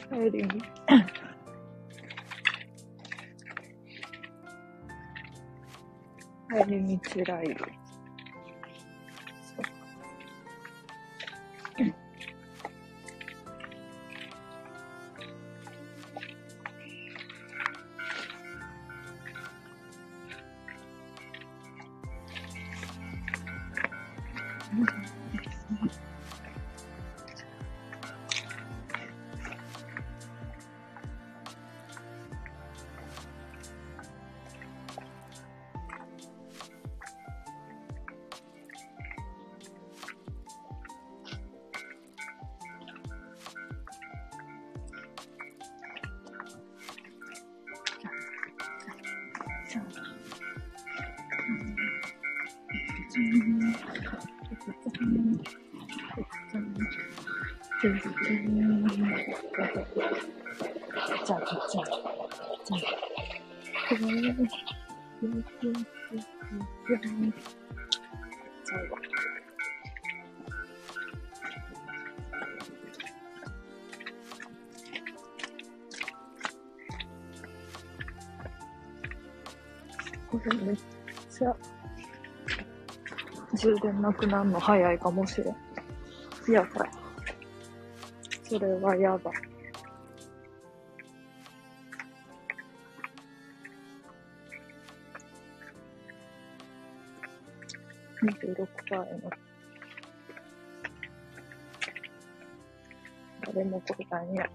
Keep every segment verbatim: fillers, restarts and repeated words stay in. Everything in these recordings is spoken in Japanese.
帰りに帰り道ライブ。じゃあ、じゃあ、じゃあ。最後。これめっちゃ充電なくなるの早いかもしれん。やばい。それはやばい。にじゅうろくパーセント の。誰も答えない。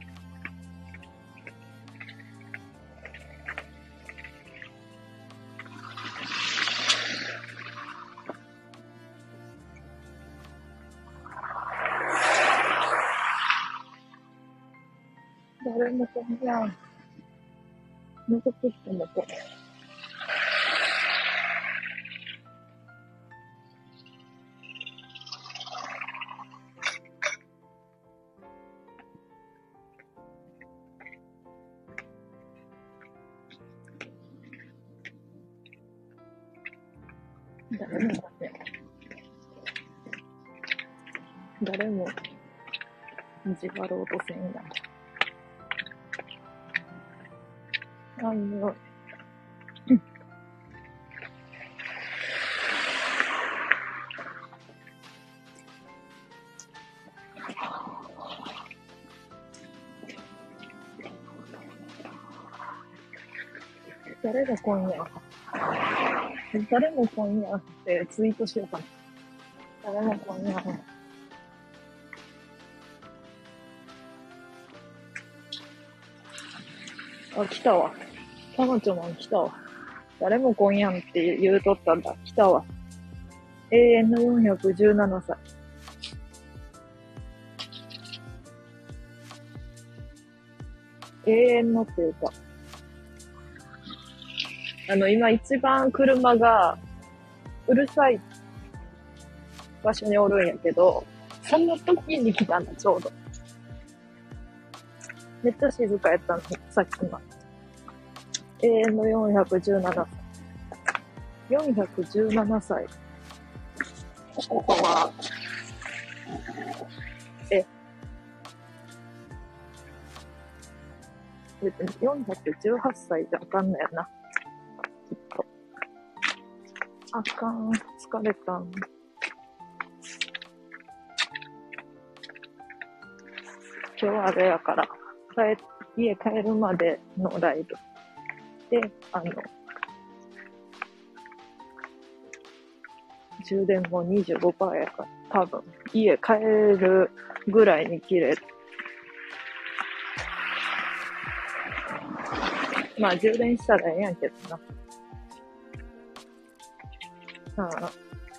誰もこんやん。残ってきてもこれ。誰もだね。誰も意地張ろうとせんやん。あ、いいよ。うん。誰が今夜誰も今夜ってツイートしようかな。誰も今夜あ、来たわ。彼女も来たわ。誰も今夜って言うとったんだ。来たわ。永遠のよんひゃくじゅうななさい。永遠のっていうか、あの、今一番車がうるさい場所におるんやけど、その時に来たんだ、ちょうど。めっちゃ静かやったの、さっきの。永遠のよんひゃくじゅうななさい。よんひゃくじゅうななさい。ここは、え、別によんひゃくじゅうはっさいじゃあかんのやな。きっと。あかん、疲れたん。今日はあれやから、帰、家帰るまでのライブ。で、あの、充電も にじゅうごパーセント やから、多分、家帰るぐらいに切れる。まあ、充電したらええやんけどな。ああ。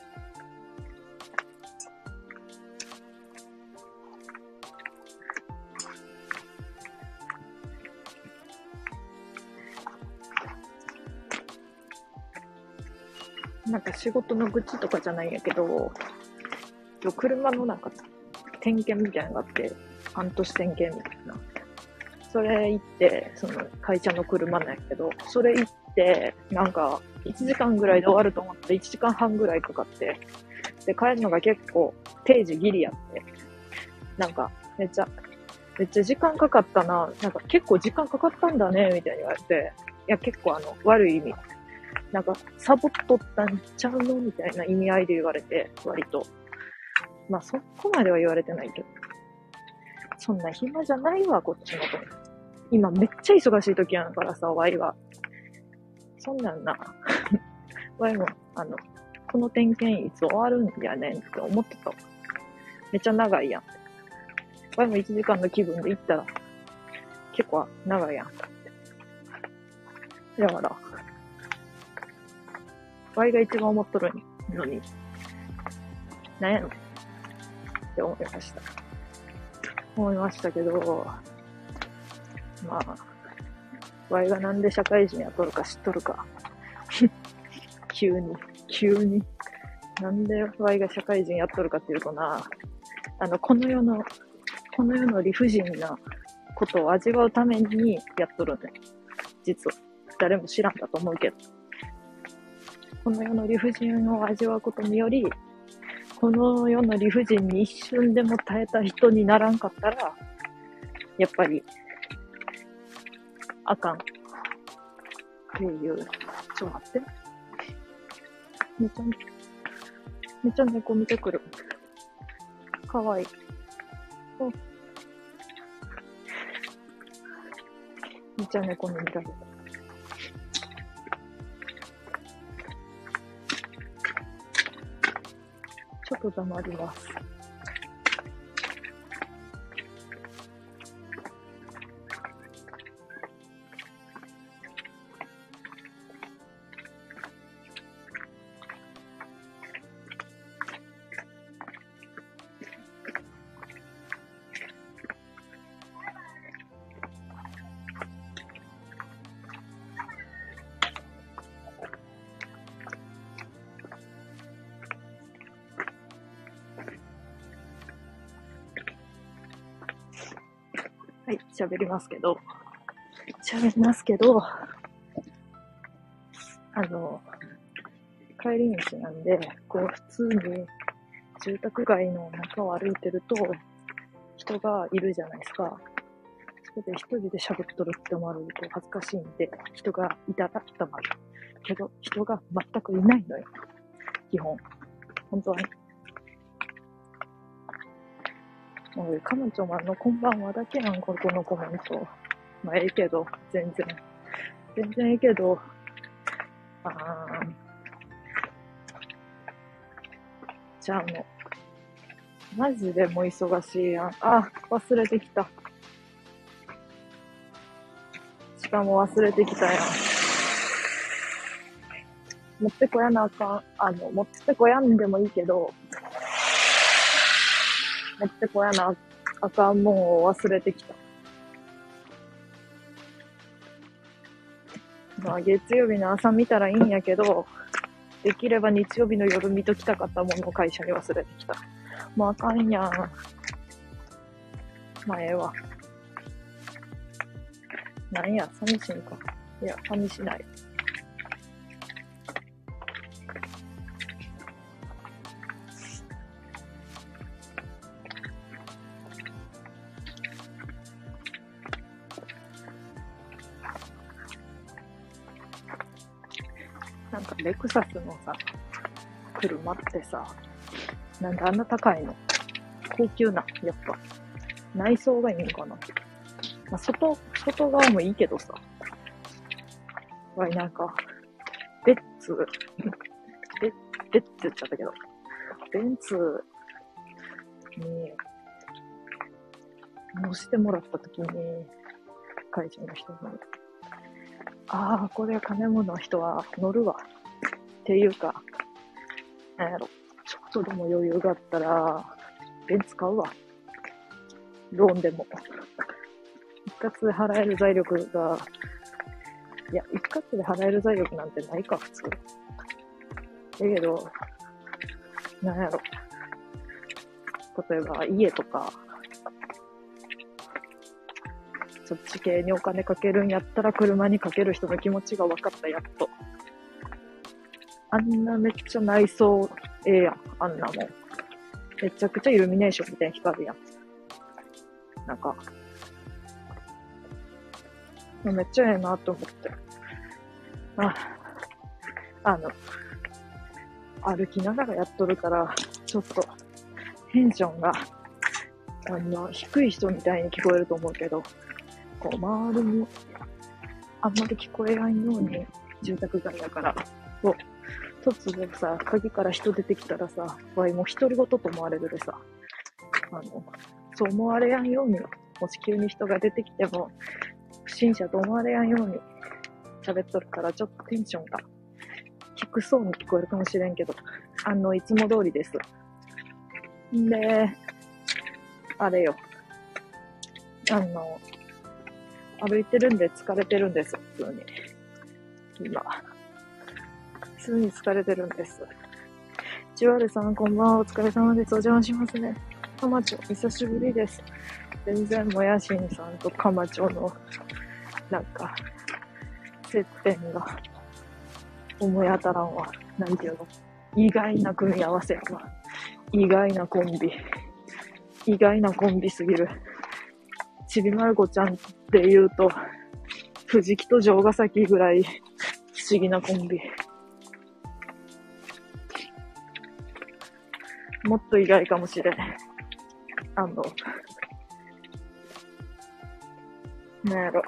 なんか仕事の愚痴とかじゃないんやけど、今日車のなんか点検みたいなのがあって、半年点検みたいな。それ行って、その会社の車なんやけど、それ行って、なんかいちじかんぐらいで終わると思ったらいちじかんはんぐらいかかって、で、帰るのが結構定時ギリやって、なんかめっちゃめっちゃ時間かかったな。なんか結構時間かかったんだね、みたいに言われて。いや、結構あの、悪い意味。なんか、サボっとったんちゃうのみたいな意味合いで言われて、割と。まあ、そこまでは言われてないけど。そんな暇じゃないわ、こっちの子に。今めっちゃ忙しい時やんからさ、ワイは。そんなんな。ワイも、あの、この点検いつ終わるんやねんって思ってた。めっちゃ長いやん。ワイもいちじかんの気分で行ったら、結構長いやん。だから、ワイが一番思っとるのに、なんやねんって思いました。思いましたけど、まあ、ワイがなんで社会人やっとるか知っとるか。急に、急に。なんでワイが社会人やっとるかっていうとな、あの、この世の、この世の理不尽なことを味わうためにやっとるんだよ。実は。誰も知らんだと思うけど。この世の理不尽を味わうことにより、この世の理不尽に一瞬でも耐えた人にならんかったら、やっぱり、あかん。っていう。ちょっと待って。めっちゃ、めっちゃ猫見てくる。かわいい。おめっちゃ猫に見られた。ちょっと黙ります。はい、喋りますけど、喋りますけど、あの、帰り道なんで、こう普通に住宅街の中を歩いてると、人がいるじゃないですか。そこで一人で喋っとるって思われると恥ずかしいんで、人がいたら黙る。けど、人が全くいないのよ。基本。本当はね。もう、彼女もあの、こんばんはだけやん、ここのコメント。まあ、ええけど、全然。全然ええけど、あー、じゃあもう、マジでもう忙しいやん。あ、忘れてきた。しかも忘れてきたやん。持ってこやなあかん。あの、持ってこやんでもいいけど、持ってこやなあかんもんを忘れてきた。まあ、月曜日の朝見たらいいんやけど、できれば日曜日の夜見ときたかったものを会社に忘れてきた。もうあかんやん。まあ、ええわ。なんや、寂しいんか。いや、寂しない。なんか、レクサスのさ、車ってさ、なんであんな高いの？高級な、やっぱ。内装がいいのかな。まあ、外、外側もいいけどさ。わい、なんか、ベッツ、ベッ、ベッツ言っちゃったけど、ベンツに乗せてもらったときに、会社の人に、ああ、これ金物の人は乗るわ。っていうか、なんやろ、ちょっとでも余裕があったら、ベンツ買うわ。ローンでも。一括で払える財力が、いや、一括で払える財力なんてないか、普通。だけど、なんやろ。例えば、家とか、そっち系にお金かけるんやったら、車にかける人の気持ちが分かった、やっと。あんなめっちゃ内装、ええやん、あんなもん。めちゃくちゃイルミネーションみたいに光るやん。なんか、 めっちゃええなと思って。あ、あの、歩きながらやっとるから、ちょっと、テンションが、あの、低い人みたいに聞こえると思うけど、こう、周りに、あんまり聞こえないように、住宅街だから、こう、突如さ、鍵から人出てきたらさ、わいもう独り言と思われるでさ、あの、そう思われやんように、もし急に人が出てきても、不審者と思われやんように喋っとるから、ちょっとテンションが低そうに聞こえるかもしれんけど、あの、いつも通りです。んで、あれよ。あの、歩いてるんで疲れてるんです、普通に。今。普通に疲れてるんです。ジュワルさん、こんばんは。お疲れ様です。お邪魔しますね。カマチョ、久しぶりです。全然、もやしんさんとカマチョの、なんか、接点が思い当たらんわ。なんていうの、意外な組み合わせやわ。意外なコンビ。意外なコンビすぎる。ちびまる子ちゃんって言うと、藤木と城ヶ崎ぐらい不思議なコンビ。もっと意外かもしれん。あの、なんやろ。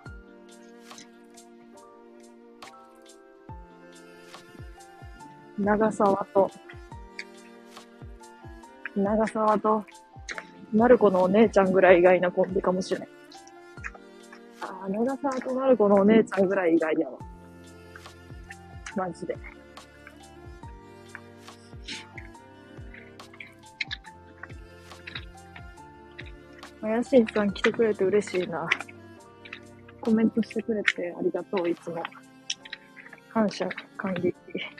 長沢と、長沢と、まる子のお姉ちゃんぐらい意外なコンビかもしれん。ああ、長沢とまる子のお姉ちゃんぐらい意外やわ。マジで。まやしんさん来てくれて嬉しいな。コメントしてくれてありがとう、いつも。感謝、感激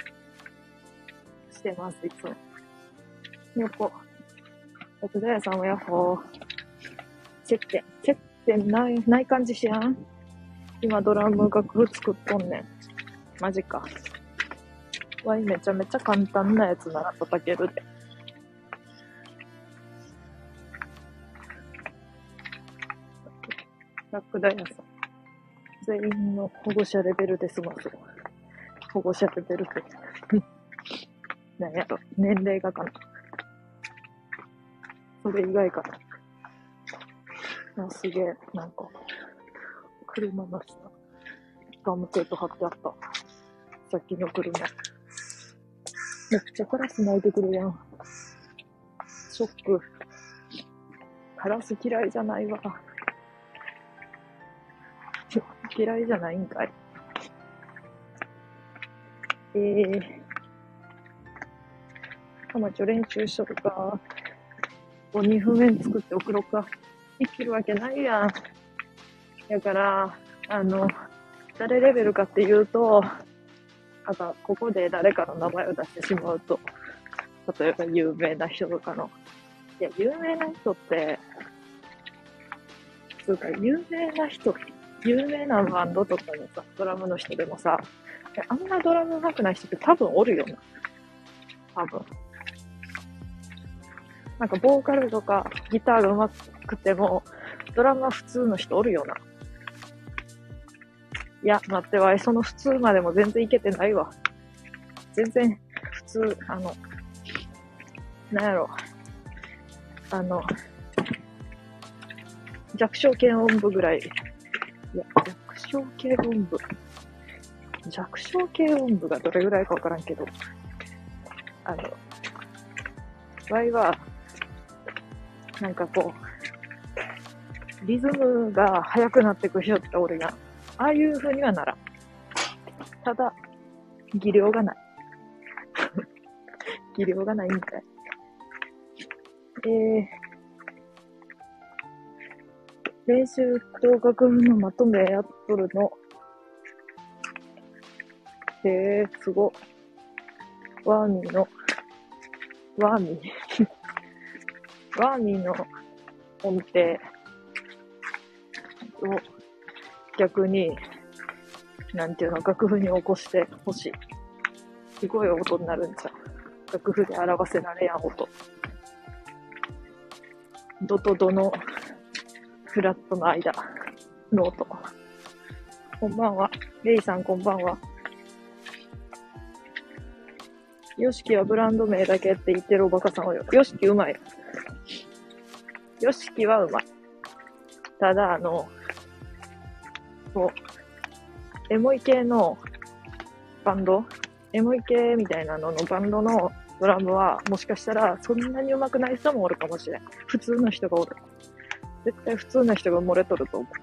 してます、いつも。よこ。おつだやさんもやっほー。接点、接点ない、ない感じしやん？今ドラム楽譜作っとんねん。マジか。わいめちゃめちゃ簡単なやつなら叩けるで。ラックダイヤさん。全員の保護者レベルで済ます。保護者レベルで。なんやろ、年齢がかな。それ以外かな。あ、すげえ、なんか、車の下、ガムテープ貼ってあった。さっきの車。めっちゃカラス鳴いてくるやん。ショック。カラス嫌いじゃないわ。嫌いじゃないんかい。えー。カマチョ練習しとるか。もうにふんめん作って送ろうか。できるわけないやん。だから、あの、誰レベルかっていうと、あと、ここで誰かの名前を出してしまうと、例えば有名な人とかの。いや、有名な人って、つうか、有名な人、有名なバンドとかのさ、ドラムの人でもさ、あんなドラム上手くない人って多分おるよな。多分。なんか、ボーカルとかギターが上手くても、ドラムは普通の人おるよな。いや、待ってわい、その普通までも全然いけてないわ。全然、普通、あの、なんやろ。あの、弱小軽音部ぐらい。いや、弱小軽音部。弱小軽音部がどれぐらいかわからんけど、あの、わいは、なんかこう、リズムが速くなってく人っておるやん。ああいう風にはならん。ただ、技量がない。技量がないみたい。えー、練習と楽譜のまとめやっとるの。へえー、すご。ワーミーの、ワーミー。ワーミーの音程を逆に、なんていうの、楽譜に起こしてほしい。すごい音になるんじゃん。楽譜で表せられやん音。ドとドのフラットの間の音。 こんばんは。レイさんこんばんは。ヨシキはブランド名だけって言ってるおバカさんをよ。ヨシキうまい。ヨシキはうまい。ただ、あの、そう、エモい系のバンド、エモい系みたいなののバンドのドラムは、もしかしたらそんなに上手くない人もおるかもしれん。普通の人がおる。絶対普通の人が漏れとると思う。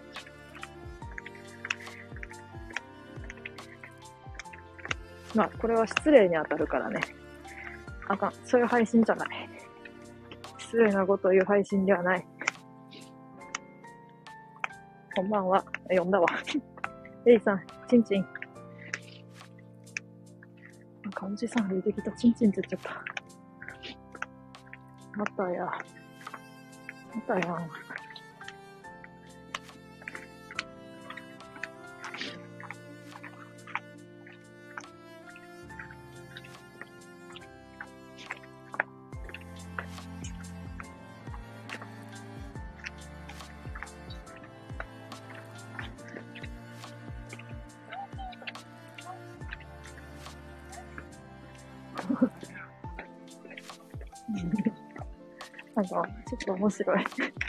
まあ、これは失礼に当たるからね。あかん。そういう配信じゃない。失礼なことを言う配信ではない。こんばんは。呼んだわ。レイさん、チンチン。なんかおじさんが出てきた。チンチンって言っちゃった。またや。またやん。なんか、ちょっと面白い。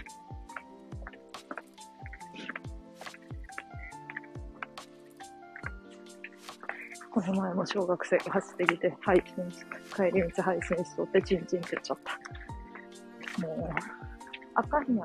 この前も小学生が走ってきて、配信し、帰り道配信しとってチンチンって言っちゃった。もう、あかんやん。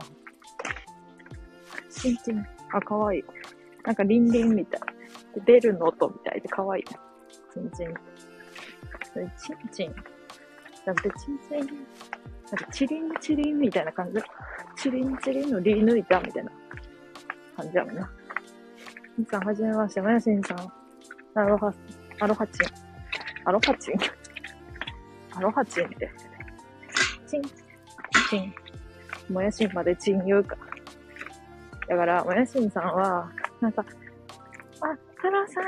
チンチン、あ、かわいい。なんかリンリンみたい。ベルの音みたいでかわいい。チンチン。チンチン。だってチンチン、なんかチリンチリンみたいな感じで、チリンチリンのリ抜いたみたいな感じやもんな。しんさん、はじめまして。まやしんさん。アロハ、アロハチン。アロハチンアロハチンって。チン、チン。もやしんまでチン言うか。だから、もやしんさんは、なんか、あ、クロさん、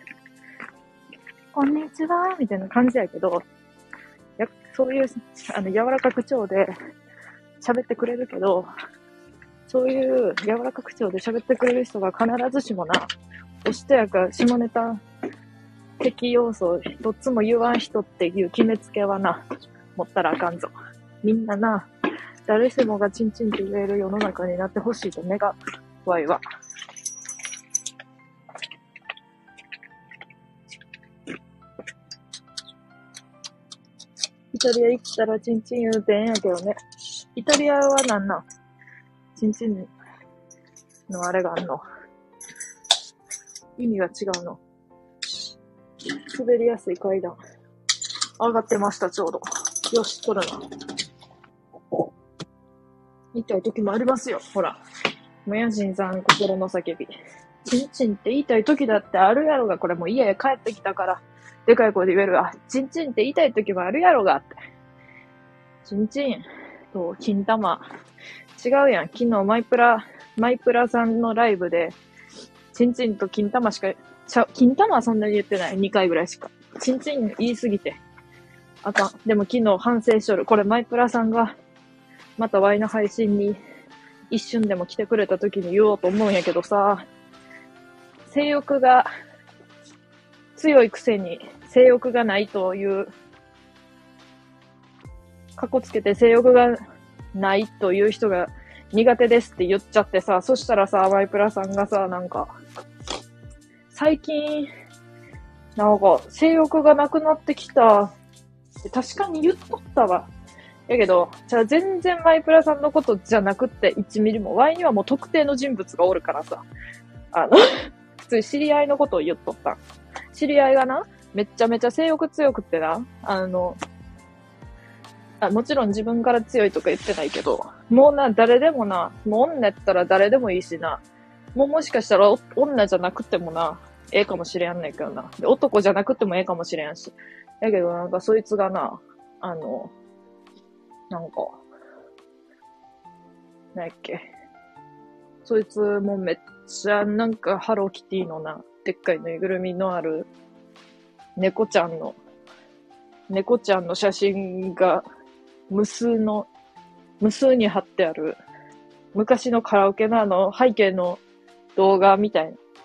こんにちは、みたいな感じやけど、やそういう、あの、柔らか口調で喋ってくれるけど、そういう柔らか口調で喋ってくれる人が必ずしもな、おしとやか下ネタ的要素どっつも言わん人っていう決めつけはな、持ったらあかんぞ。みんなな、誰しもがチンチンって言える世の中になってほしいと願うわいは。イタリア行ったらチンチン言うてんやけどね。イタリアはなんなん？チンチンのあれがあんの？意味が違うの。滑りやすい階段。上がってました、ちょうど。よし、取るな。痛い時もありますよ、ほら。もやしんさん、心の叫び。チンチンって言いたい時だってあるやろが、これもう家へ帰ってきたから、でかい声で言えるわ。チンチンって言いたい時もあるやろがって。チンチンと金玉。違うやん。昨日マイプラ、マイプラさんのライブで、チンチンと金玉しか、ちゃ、金玉はそんなに言ってない。にかいぐらいしか。チンチン言いすぎて。あかん。でも昨日反省しとる。これマイプラさんが、またワイの配信に一瞬でも来てくれた時に言おうと思うんやけどさ、性欲が強いくせに性欲がないという、かっこつけて性欲がないという人が苦手ですって言っちゃってさ、そしたらさ、マイプラさんがさ、なんか、最近、なんか、性欲がなくなってきたって確かに言っとったわ。やけど、じゃあ全然マイプラさんのことじゃなくっていちミリも、ワイにはもう特定の人物がおるからさ、あの、普通に知り合いのことを言っとった。知り合いがな、めっちゃめちゃ性欲強くってな、あの、あもちろん自分から強いとか言ってないけど、もうな、誰でもな、もう女やったら誰でもいいしな、もうもしかしたら女じゃなくてもな、ええかもしれんねんけどな。で、男じゃなくてもええかもしれんし。やけどなんかそいつがな、あの、なんか、なんやっけ。そいつもめっちゃなんかハローキティのな、でっかいぬいぐるみのある猫ちゃんの、猫ちゃんの写真が無数の、無数に貼ってある昔のカラオケのあの背景の動画みたいな。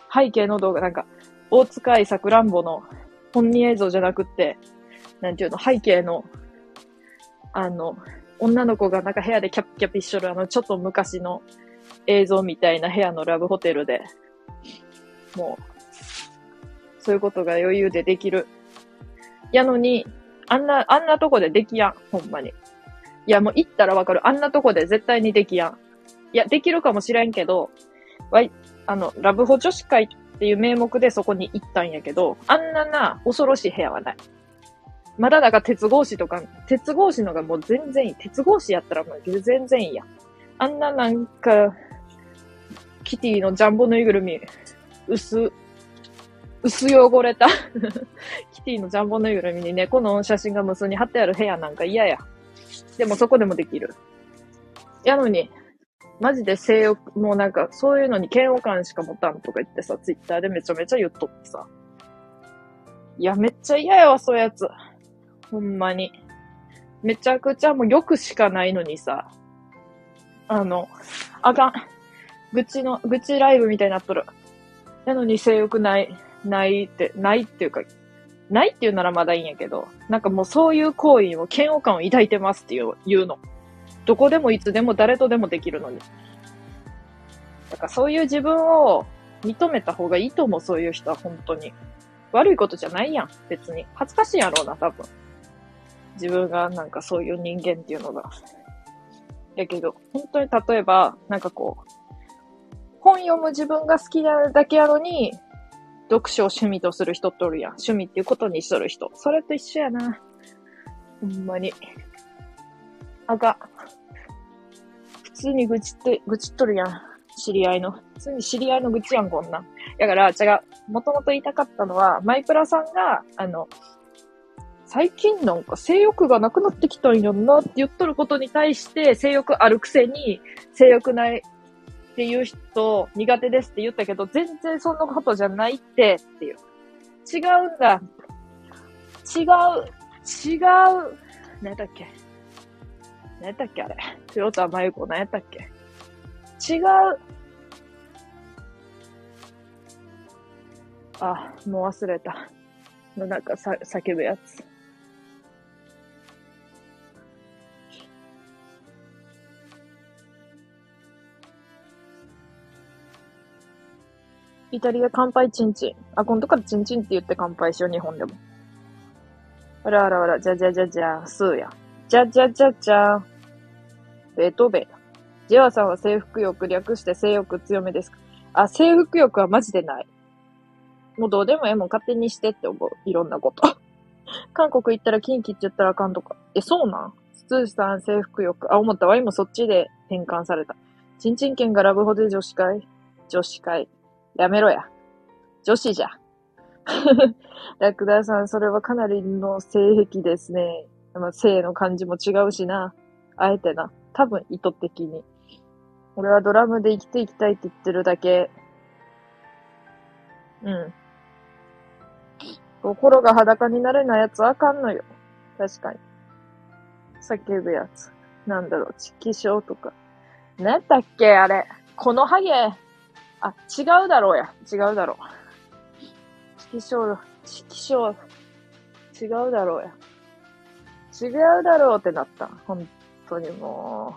背景の動画、なんか、大塚愛さくらんぼの本人映像じゃなくって、なんていうの、背景の、あの、女の子がなんか部屋でキャピキャピしとるあの、ちょっと昔の映像みたいな部屋のラブホテルで、もう、そういうことが余裕でできる。やのに、あんな、あんなとこでできやん、ほんまに。いや、もう行ったらわかる。あんなとこで絶対にできやん。いや、できるかもしれんけど、わい、あの、ラブホ女子会っていう名目でそこに行ったんやけど、あんなな、恐ろしい部屋はない。まだだから鉄格子とか、鉄格子のがもう全然いい。鉄格子やったらもう全然いいや。あんななんか、キティのジャンボぬいぐるみ、薄、薄汚れたキティのジャンボぬいぐるみに猫の写真が無数に貼ってある部屋なんか嫌や。でもそこでもできる。やのに、マジで性欲、もうなんかそういうのに嫌悪感しか持たんとか言ってさ、ツイッターでめちゃめちゃ言っとってさ。いや、めっちゃ嫌やわ、そういうやつ。ほんまに。めちゃくちゃもう欲しかないのにさ、あの、あかん。愚痴の、愚痴ライブみたいになっとる。なのに性欲ない、ないって、ないっていうか、ないっていうならまだいいんやけど、なんかもうそういう行為にも嫌悪感を抱いてますっていう、言うの。どこでもいつでも誰とでもできるのに。だからそういう自分を認めた方がいいと思う、そういう人は本当に。悪いことじゃないやん、別に。恥ずかしいやろうな、多分。自分がなんかそういう人間っていうのが。やけど、本当に例えば、なんかこう、本読む自分が好きなだけやのに、読書を趣味とする人っておるやん。趣味っていうことにしとる人。それと一緒やな。ほんまに。あかん。普通に愚痴って、愚痴っとるやん。知り合いの。普通に知り合いの愚痴やん、こんなん。だから、違う。もともと言いたかったのは、マイプラさんが、あの、最近なんか性欲がなくなってきたんやんなって言っとることに対して性欲あるくせに性欲ないっていう人苦手ですって言ったけど全然そんなことじゃないってっていう。違うんだ。違う。違う。何やったっけ何やったっけあれ。豊田真由子何やったっけ違う。あ、もう忘れた。なんかさ叫ぶやつ。イタリア乾杯チンチン。あ、今度からチンチンって言って乾杯しよう、日本でも。あらあらあら、じゃじゃじゃじゃ、スーや。じゃじゃじゃじゃ、ベートーベン。ジェワさんは征服欲略して性欲強めですか？あ、征服欲はマジでない。もうどうでもええもん勝手にしてって思う。いろんなこと。韓国行ったらキンキって言ったらあかんとか。え、そうなん？スツーさん征服欲。あ、思ったわ。今そっちで転換された。チンチン県がラブホで女子会？女子会。やめろや。女子じゃ。ラクダさん、それはかなりの性癖ですね。まあ、性の感じも違うしな。あえてな。多分意図的に。俺はドラムで生きていきたいって言ってるだけ。うん。心が裸になれないやつはあかんのよ。確かに。叫ぶやつ。なんだろう、チキショーとか。何だっけあれ。このハゲ。あ、違うだろうや。違うだろう。チキショー、チキショー。違うだろうや。違うだろうってなった。本当にも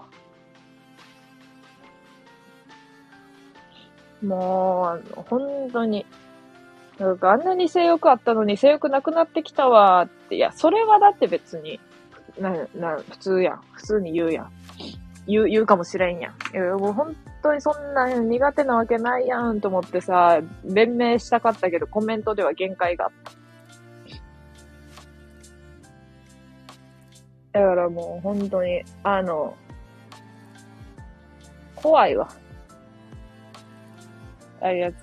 う。もう、あの、本当に。なんかあんなに性欲あったのに性欲なくなってきたわって。いや、それはだって別に、な、な、普通やん。普通に言うやん。言う、言うかもしれんやん。いや、もう本当にそんな苦手なわけないやんと思ってさ、弁明したかったけどコメントでは限界があった。だからもう本当に、あの、怖いわ。ああいうやつ。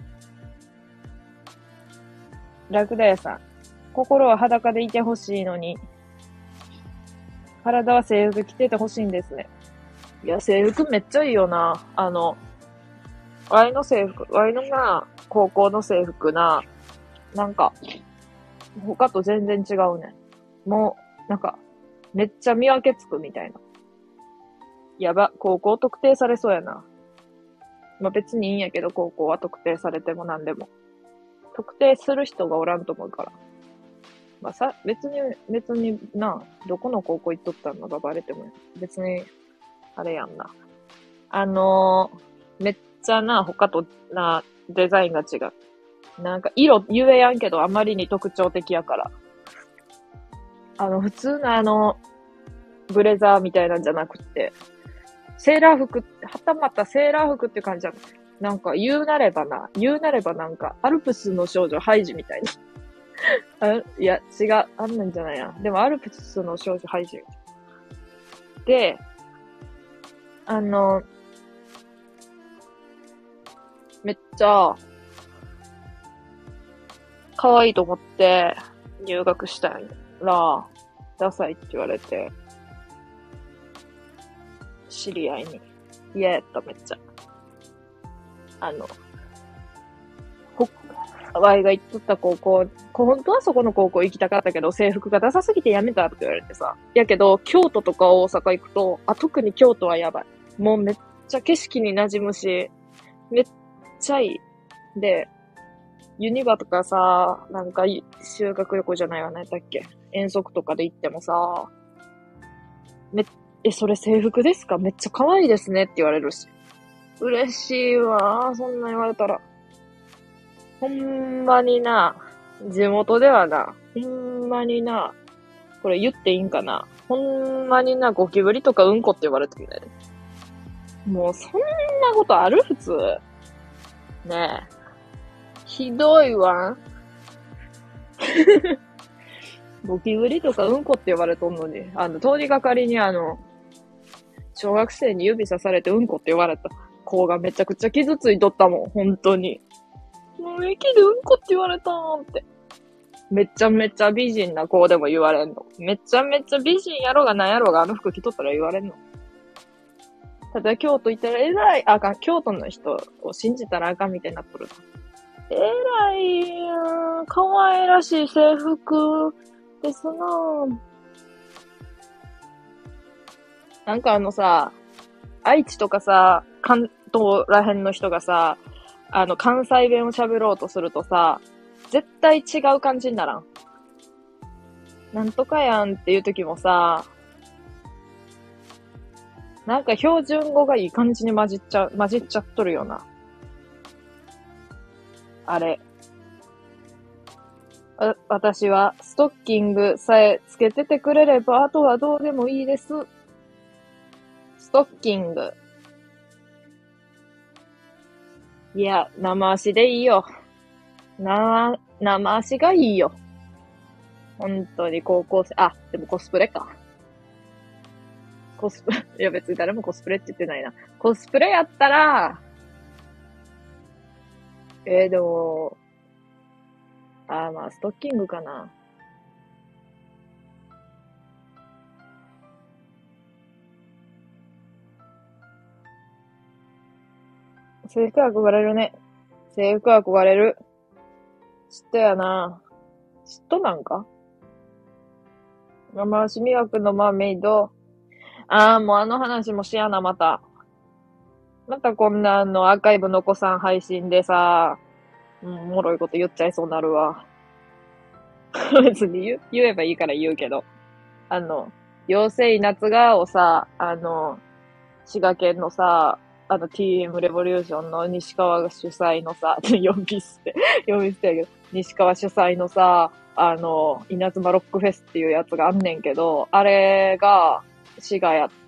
ラクダ屋さん。心は裸でいてほしいのに、体は制服着ててほしいんですね。いや、制服めっちゃいいよな。あの、ワイの制服、ワイのが高校の制服な、なんか、他と全然違うね。もう、なんか、めっちゃ見分けつくみたいな。やば、高校特定されそうやな。 まあ別にいいんやけど、高校は特定されても何でも。特定する人がおらんと思うから。まあさ、別に、別にな、どこの高校行っとったのがバレても、別に、あれやんな。あのー、めっちゃな、他とな、デザインが違う。なんか色言えやんけど、あまりに特徴的やから。あの、普通のあの、ブレザーみたいなんじゃなくって、セーラー服、はたまたセーラー服って感じじゃん。なんか言うなればな、言うなればなんか、アルプスの少女ハイジみたいな。あいや、違う、あんなんじゃないな。でもアルプスの少女ハイジ。で、あの、めっちゃ、可愛いと思って入学したら、ダサいって言われて、知り合いに嫌やっためっちゃ。あの、ほ、ワイが行っとった高校、本当はそこの高校行きたかったけど、制服がダサすぎてやめたって言われてさ。やけど、京都とか大阪行くと、あ、特に京都はやばい。もうめっちゃ景色に馴染むし、めっちゃいい。で、ユニバとかさ、なんか修学旅行じゃないわ、何だっけ。遠足とかで行ってもさ、め、え、それ制服ですか？めっちゃ可愛いですねって言われるし。嬉しいわ、そんな言われたら。ほんまにな、地元ではな、ほんまにな、これ言っていいんかな。ほんまにな、ゴキブリとかうんこって言われてるね。もうそんなことある普通。ねえ。ひどいわ。ゴキブリとかうんこって言われとんのに、あの、通りがかりにあの、小学生に指さされてうんこって言われた子がめちゃくちゃ傷ついとったもん、本当に。もう駅でうんこって言われたーんって。めちゃめちゃ美人な子でも言われんの。めちゃめちゃ美人やろがなんやろがあの服着とったら言われんの。ただ京都行ったら偉い、あかん、京都の人を信じたらあかんみたいになっとる。偉いやん、可愛らしい制服ですなぁ。なんかあのさ、愛知とかさ、関東らへんの人がさ、あの、関西弁を喋ろうとするとさ、絶対違う感じにならん。なんとかやんっていう時もさ、なんか標準語がいい感じに混じっちゃう、混じっちゃっとるよな。あれ。あ、私はストッキングさえつけててくれれば、あとはどうでもいいです。ストッキング。いや、生足でいいよ。な、生足がいいよ。本当に高校生、あ、でもコスプレか。コスプレ、いや別に誰もコスプレって言ってないな。コスプレやったら、えー、でも、あーまあ、ストッキングかな。制服憧れるね。制服憧れる。嫉妬やな。嫉妬なんか生足磨くのマーメイド。ああ、もうあの話もしやな、また。またこんなあのアーカイブ残さん配信でさ、うん、おもろいこと言っちゃいそうになるわ。別に言う、言えばいいから言うけど。あの、妖精夏がをさ、あの、滋賀県のさ、あの ティーエム レボリューションの西川が主催のさ、呼び捨て、呼び捨てやけど、西川主催のさ、あの、稲妻ロックフェスっていうやつがあんねんけど、あれが滋賀やって、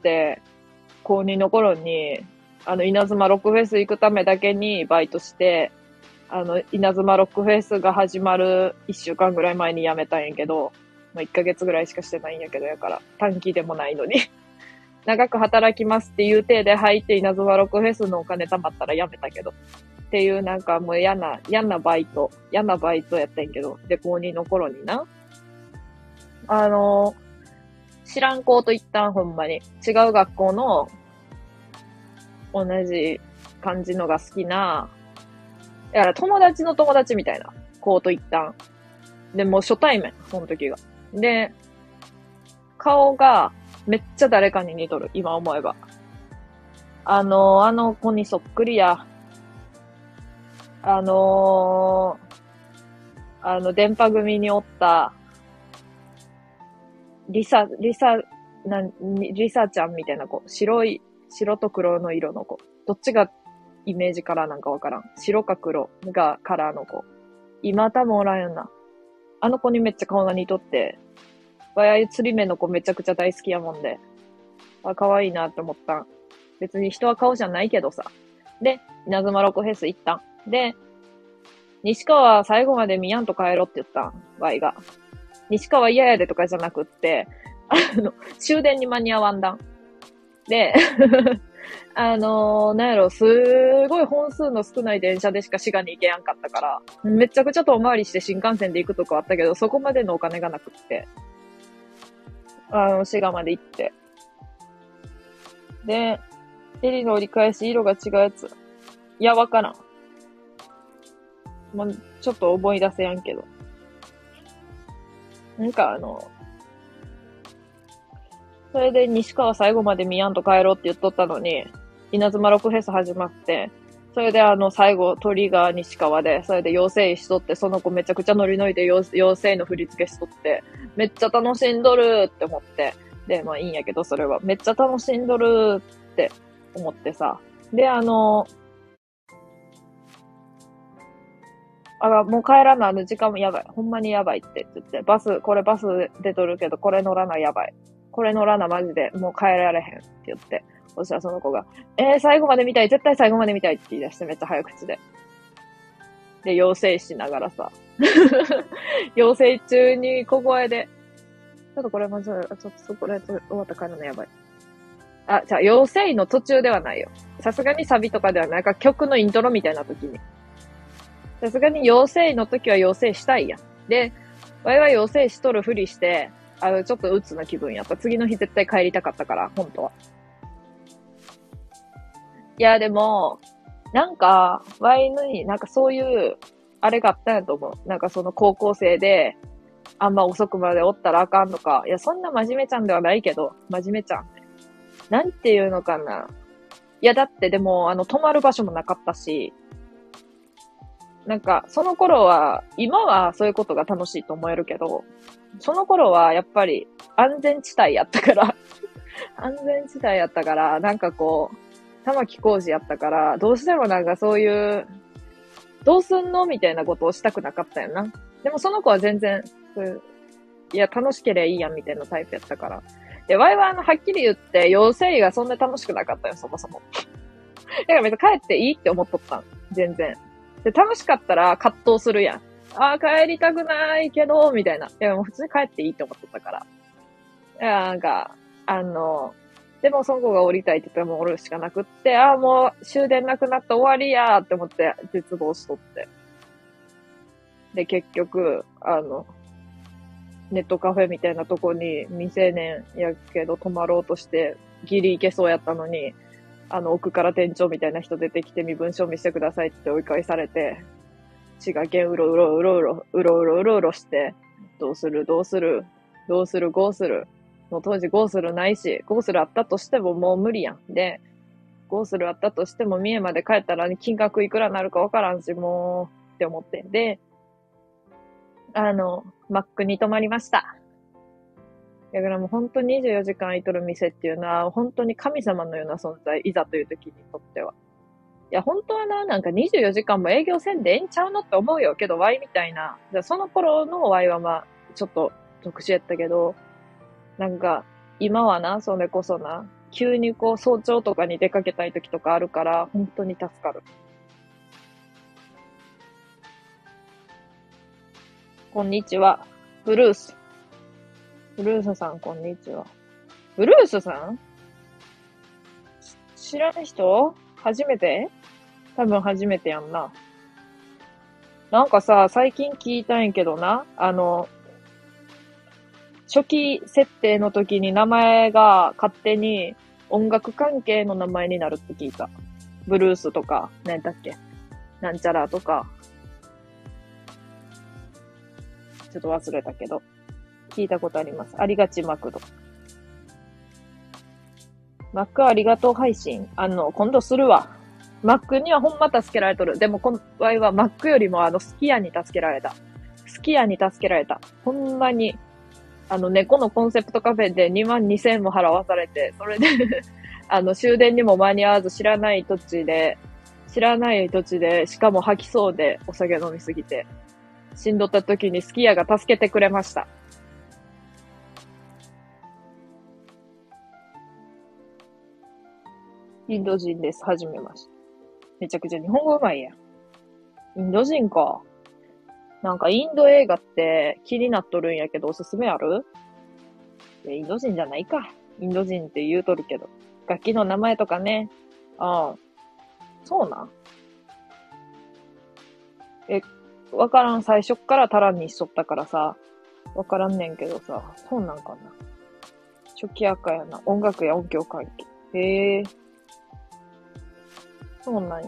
高にの頃に、あの、稲妻ロックフェス行くためだけにバイトして、あの、稲妻ロックフェスが始まるいっしゅうかんぐらい前に辞めたんやけど、まあ、いっかげつぐらいしかしてないんやけど、やから、短期でもないのに。長く働きますっていう体で入って稲妻ロックフェスのお金貯まったら辞めたけど。っていうなんかもう嫌な、嫌なバイト、嫌なバイトやったんやけど、で、高にの頃にな。あの、知らん子と一旦ほんまに、違う学校の同じ感じのが好きな、だから友達の友達みたいな子と一旦。で、もう初対面、その時が。で、顔がめっちゃ誰かに似とる、今思えば。あの、あの子にそっくりや。 あのー、あの、電波組におった、リサ、リサ、なん、リサちゃんみたいな子。白い、白と黒の色の子。どっちがイメージカラーなんかわからん。白か黒がカラーの子。今多分おらんよな。あの子にめっちゃ顔が似とって、わや釣り目の子めちゃくちゃ大好きやもんで。あ、可愛いなって思ったん。別に人は顔じゃないけどさ。で、稲妻ロックフェス行ったん。で、西川は最後まで見やんと帰ろって言ったん。ワイが。西川嫌やでとかじゃなくって、あの、終電に間に合わんだん。で、あのー、なんやろ、すごい本数の少ない電車でしか滋賀に行けやんかったから、めちゃくちゃ遠回りして新幹線で行くとこあったけど、そこまでのお金がなくって、あの、滋賀まで行って。で、襟の折り返し色が違うやつ。いや、わからん。もう、ちょっと思い出せやんけど。なんかあの、それで西川最後まで見やんと帰ろうって言っとったのに、稲妻ロックフェス始まって、それであの最後鳥が西川で、それで妖精しとって、その子めちゃくちゃノリノリで妖精の振り付けしとって、めっちゃ楽しんどるって思って、で、まあいいんやけどそれは、めっちゃ楽しんどるって思ってさ。で、あの、あ、もう帰らな、あの時間もやばい。ほんまにやばいって言って、バス、これバス出とるけど、これ乗らなやばい。これ乗らなマジで、もう帰られへんって言って。そしたらその子が、えー、最後まで見たい、絶対最後まで見たいって言い出してめっちゃ早口で。で、妖精しながらさ。妖精中に小声で、ちょっとこれまず、ちょっとこれ終わった帰るのやばい。あ、じゃあ、妖精の途中ではないよ。さすがにサビとかではないか、曲のイントロみたいな時に。さすがに妖精の時は妖精したいやん。で、わいは妖精しとるふりして、あの、ちょっと鬱な気分やった。次の日絶対帰りたかったから、本当は。いや、でも、なんか、ワイになんかそういう、あれがあったんやと思う。なんかその高校生で、あんま遅くまでおったらあかんとか。いや、そんな真面目ちゃんではないけど、真面目ちゃん。なんていうのかな。いや、だってでも、あの、泊まる場所もなかったし、なんか、その頃は、今はそういうことが楽しいと思えるけど、その頃はやっぱり安全地帯やったから安全地帯やったから、なんかこう、玉木浩二やったから、どうしてもなんかそういう、どうすんのみたいなことをしたくなかったよな。でもその子は全然、そういう、いや、楽しければいいやんみたいなタイプやったから。で、ワイはあの、はっきり言って、妖精がそんな楽しくなかったよ、そもそも。だから別に帰っていいって思っとったん。全然。で、楽しかったら葛藤するやん。ああ、帰りたくないけど、みたいな。いや、もう普通に帰っていいって思っとったから。いや、なんか、あの、でもその子が降りたいって言ったらもう降るしかなくって、ああ、もう終電なくなった終わりやーって思って絶望しとって。で、結局、あの、ネットカフェみたいなとこに未成年やけど泊まろうとしてギリ行けそうやったのに、あの奥から店長みたいな人出てきて身分証見せてくださいって追い返されて、滋賀県うろうろうろうろ、うろうろうろうろして、どうするどうする、どうするゴーする。もう当時ゴースルないし、ゴースルあったとしてももう無理やん。で、ゴースルあったとしても三重まで帰ったら金額いくらなるかわからんし、もう、って思って。で、あの、マックに泊まりました。だからもう本当ににじゅうよじかん空いとる店っていうのは本当に神様のような存在、いざという時にとっては。いや、本当はな、なんかにじゅうよじかんも営業せんでええんちゃうのって思うよ。けど、ワイみたいな。その頃のワイはまあ、ちょっと特殊やったけど、なんか、今はな、それこそな、急にこう早朝とかに出かけたい時とかあるから、本当に助かる。こんにちは。ブルース。ブルースさん、こんにちは。ブルースさん知らない人初めて多分初めてやんな。なんかさ、最近聞いたんやけどな、あの、初期設定の時に名前が勝手に音楽関係の名前になるって聞いた。ブルースとか、何だっけなんちゃらとか。ちょっと忘れたけど。聞いたことあります。ありがちマクド。マックありがとう配信。あの、今度するわ。 マックにはほんま助けられとる。でも今回はマックよりもあのスキヤに助けられた。スキヤに助けられた。ほんまに、あの猫のコンセプトカフェでにまんにせんえんも払わされて、それであの終電にも間に合わず知らない土地で、知らない土地で、しかも吐きそうでお酒飲みすぎて、しんどった時にスキヤが助けてくれました。インド人です。はじめまして。めちゃくちゃ日本語うまいやん。インド人か。なんかインド映画って気になっとるんやけどおすすめある？インド人じゃないか。インド人って言うとるけど。楽器の名前とかね。ああ。そうなん。え、わからん。最初っからタランにしとったからさ。わからんねんけどさ。そうなんかな。初期赤やな。音楽や音響関係。へえ。そうなんや。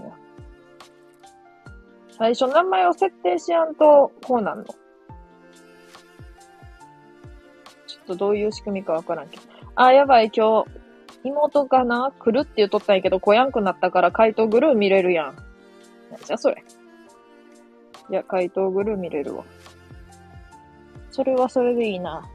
最初名前を設定しやんと、こうなんの。ちょっとどういう仕組みかわからんけど。あ、やばい、今日、妹かな来るって言っとったんやけど、来やんくなったから怪盗グルー見れるやん。なんじゃそれ。いや、怪盗グルー見れるわ。それはそれでいいな。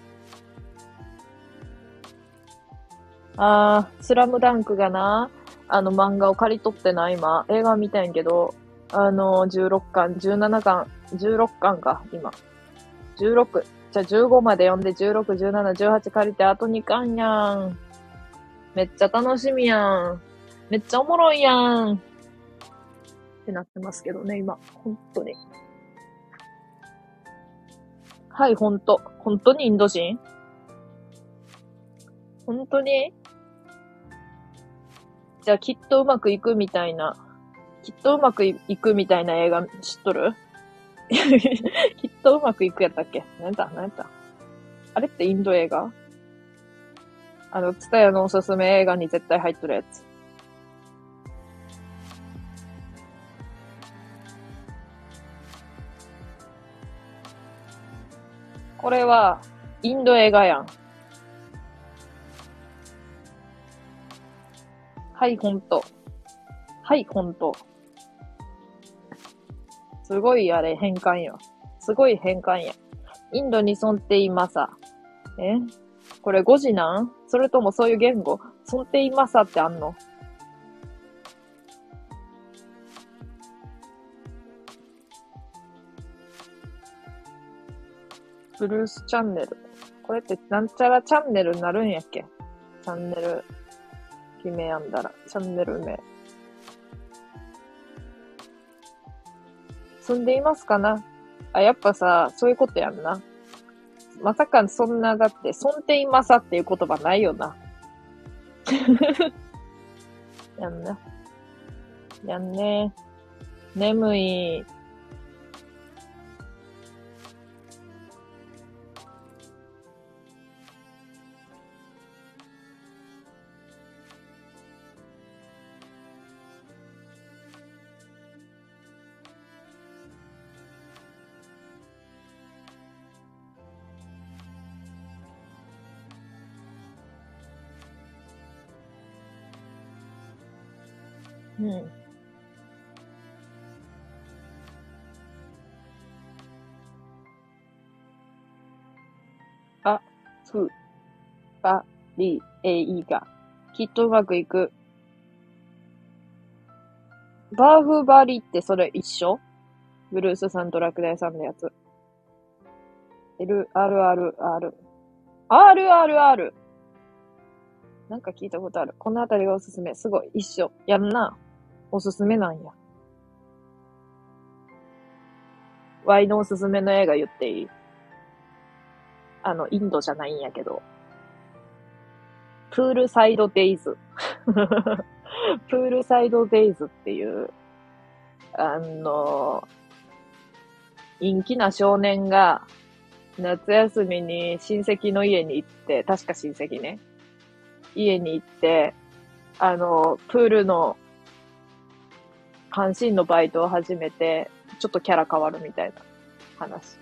あー、スラムダンクがな、あの漫画を借り取ってな、今。映画見たんやけど、あの、じゅうろっかん、じゅうななかん、じゅうろっかんか、今。じゅうろく。じゃあじゅうごまで読んで、じゅうろく、じゅうなな、じゅうはち借りて、あとにかんやん。めっちゃ楽しみやん。めっちゃおもろいやん。ってなってますけどね、今。本当に。はい、ほんと。本当にインド人？本当に？じゃあきっとうまくいくみたいな、きっとうまくいくみたいな映画知っとる？きっとうまくいくやったっけ？なんだなんだあれってインド映画？あの、ツタヤのおすすめ映画に絶対入っとるやつ。これは、インド映画やん。はい、ほんと。はい、ほんと。すごいあれ、変換よ。すごい変換や。インドに存っていまさ。えこれ語字なん？それともそういう言語？存っていまさってあんの？ブルースチャンネル。これってなんちゃらチャンネルになるんやっけ？チャンネル決めやんだら。チャンネル名。住んでいますかなあ、やっぱさ、そういうことやんな。まさかそんな、だって、存っていますっていう言葉ないよな。やんな。やんね。眠い。うん。あ、ふ、ば、り、えいが。きっとうまくいく。バーフバリってそれ一緒？ブルースさんとラクダイさんのやつ。L、R、R、R。R、R、R。なんか聞いたことある。このあたりがおすすめ。すごい、一緒。やんな。おすすめなんや。ワイのおすすめの映画言っていい？あの、インドじゃないんやけど。プールサイドデイズ。プールサイドデイズっていう、あの、陰気な少年が夏休みに親戚の家に行って、確か親戚ね。家に行って、あの、プールの監視員のバイトを始めて、ちょっとキャラ変わるみたいな話。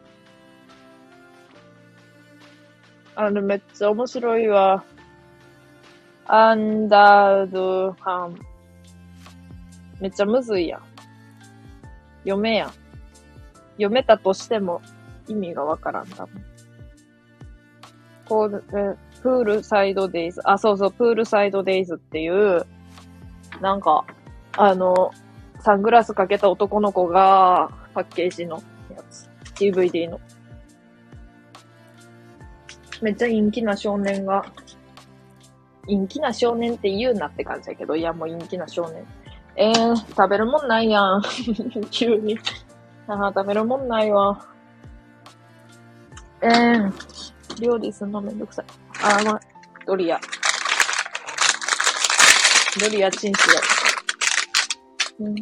あの、めっちゃ面白いわ。アンダードハン。 めっちゃむずいやん。読めやん。読めたとしても意味がわからんだもん。ポール、えプールサイドデイズ。あ、そうそう、プールサイドデイズっていう、なんか、あの、サングラスかけた男の子が、パッケージのやつ。ディーブイディー の。めっちゃ陰気な少年が、陰気な少年って言うなって感じだけど、いやもう陰気な少年。えー、食べるもんないやん。急に。あー、食べるもんないわ。えー、料理すんのめんどくさい。あー、ごめん。ドリア。ドリアチンしよう。うん、うん。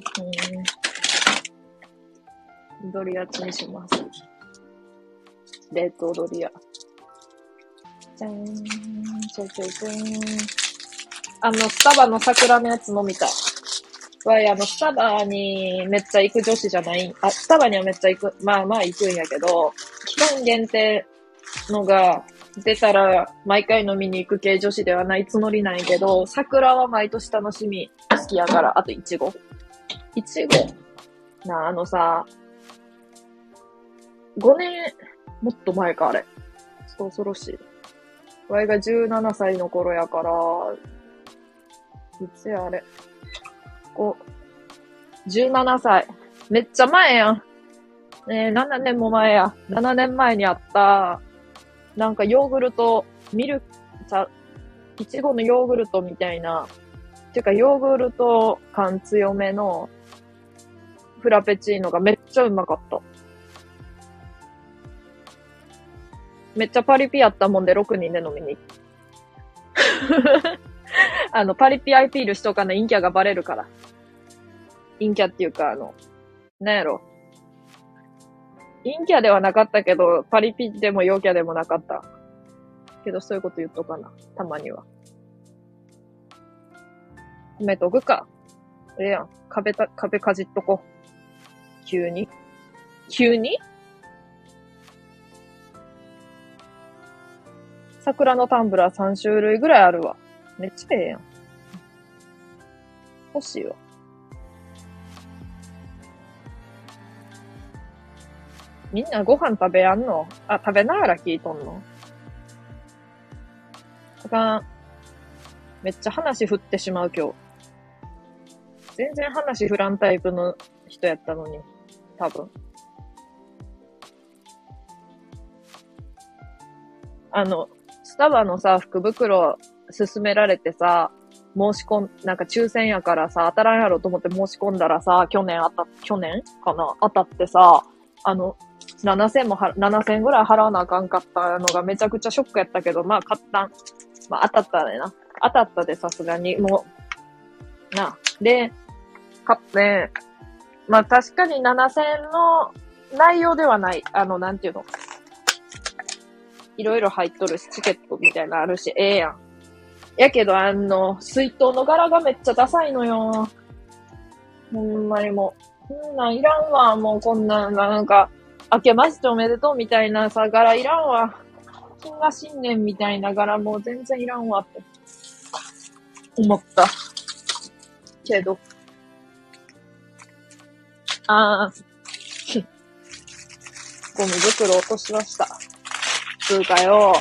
ドリアチンします。冷凍ドリア。じゃーん、じゃじゃじゃーん。あの、スタバの桜のやつ飲みたい。わい、あの、スタバにめっちゃ行く女子じゃない。あ、スタバにはめっちゃ行く。まあまあ行くんやけど、期間限定のが出たら毎回飲みに行く系女子ではないつもりなんやけど、桜は毎年楽しみ好きやから、あとイチゴ。イチゴなあ、あのさ、ごねん、もっと前か、あれ。ちょっと恐ろしい。わいがじゅうななさいの頃やから、いつやあれ。こう、じゅうななさい。めっちゃ前やん。ねえ、ななねんも前や。ななねんまえにあった、なんかヨーグルト、ミルク、さ、いちごのヨーグルトみたいな、ていうかヨーグルト感強めのフラペチーノがめっちゃうまかった。めっちゃパリピやったもんでろくにんで飲みに。あの、パリピアイピールしとかの陰キャがバレるから。陰キャっていうか、あの、なんやろ。陰キャではなかったけど、パリピでも陽キャでもなかった。けど、そういうこと言っとかな。たまには。褒めとくか。ええやん。壁た、壁かじっとこ。急に。急に桜のタンブラーさん種類ぐらいあるわ。めっちゃええやん。欲しいわ。みんなご飯食べやんの？あ、食べながら聞いとんの？あかん。めっちゃ話振ってしまう今日。全然話振らんタイプの人やったのに。多分。あの、スタバのさ、福袋勧められてさ、申し込ん、なんか抽選やからさ、当たらんやろと思って申し込んだらさ、去年当た、去年かな当たってさ、あの、ななせんもは、ななせんぐらい払わなあかんかったのがめちゃくちゃショックやったけど、まあ買ったん。まあ当たったねな。当たったでさすがに、もう、な。で、買って、まあ確かにななせんの内容ではない。あの、なんていうの。いろいろ入っとるし、チケットみたいなのあるし、ええやん。やけど、あの、水筒の柄がめっちゃダサいのよ。ほんまにもう。こんなんいらんわ、もうこんなん、なんか、明けましておめでとうみたいなさ、柄いらんわ。金河新年みたいな柄もう全然いらんわって思った。けど。あー。ゴミ袋落としました。つうかよ。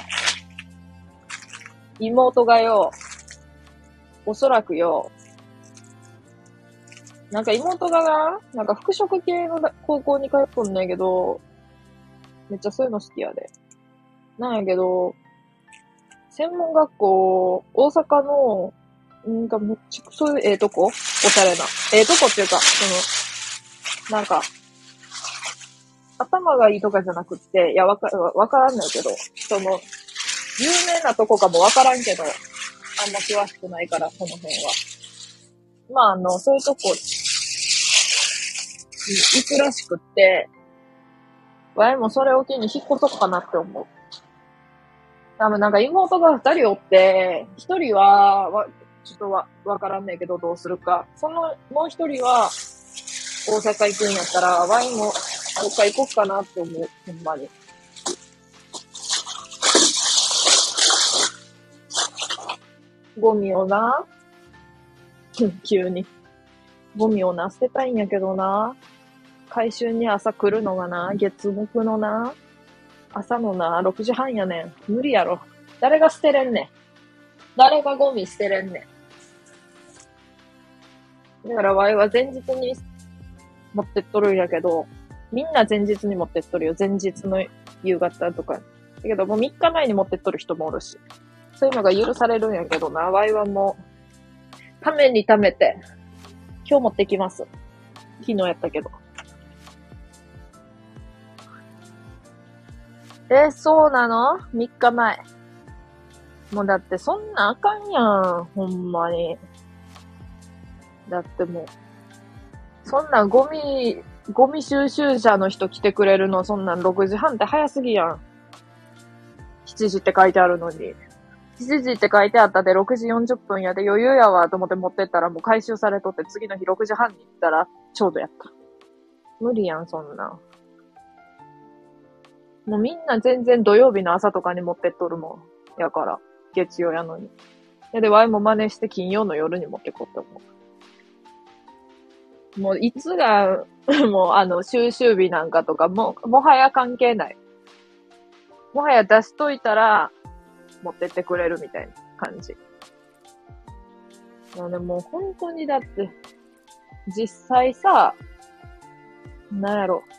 妹がよ。おそらくよ。なんか妹がな、なんか服飾系の高校に通っとんねんけど、めっちゃそういうの好きやで。なんやけど、専門学校、大阪の、んかめっちゃ、そういうええとこおしゃれな。ええとこっていうか、その、なんか、頭がいいとかじゃなくって、いや、わか、わからんないけど、その、有名なとこかもわからんけど、あんま詳しくないから、その辺は。まあ、あの、そういうとこ、行くらしくって、わいもそれを機に引っ越そうかなって思う。多分なんか妹が二人おって、一人は、わ、ちょっとわ、わからんねんけどどうするか。その、もう一人は、大阪行くんやったら、ワインもどっか行こっかなって思う。ほんまに。ゴミをな、急に。 ゴミをな、捨てたいんやけどな。回収に朝来るのがな、月木のな、朝のな、ろくじはんやねん。無理やろ。誰が捨てれんねん。誰がゴミ捨てれんねん。だからワイは前日に持ってっとるんやけど、みんな前日に持ってっとるよ。前日の夕方とか。だけどもうみっかまえに持ってっとる人もおるし。そういうのが許されるんやけどな。ワイはもう、ためにためて、今日持ってきます。昨日やったけど。え、そうなの ?みっ 日前。もうだってそんなあかんやん。ほんまに。だってもう、そんなゴミ、ゴミ収集車の人来てくれるの、そんなんろくじはんって早すぎやん。しちじって書いてあるのに。しちじって書いてあったでろくじよんじゅっぷんやで余裕やわと思って持ってったらもう回収されとって次の日ろくじはんに行ったらちょうどやった。無理やん、そんな。もうみんな全然土曜日の朝とかに持ってっとるもん。やから。月曜やのに。やで、ワイも真似して金曜の夜に持ってこうって思う。もういつが、もうあの、収集日なんかとかも、もはや関係ない。もはや出しといたら、持ってってくれるみたいな感じ。いやでも本当にだって、実際さ、なんやろ。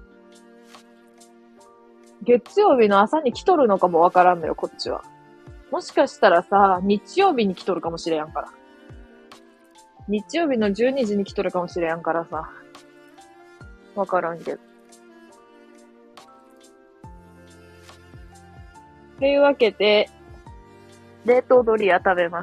月曜日の朝に来とるのかもわからんのよ、こっちは。もしかしたらさ、日曜日に来とるかもしれやんから。日曜日のじゅうにじに来とるかもしれやんからさ。わからんけど。というわけで、冷凍ドリア食べます。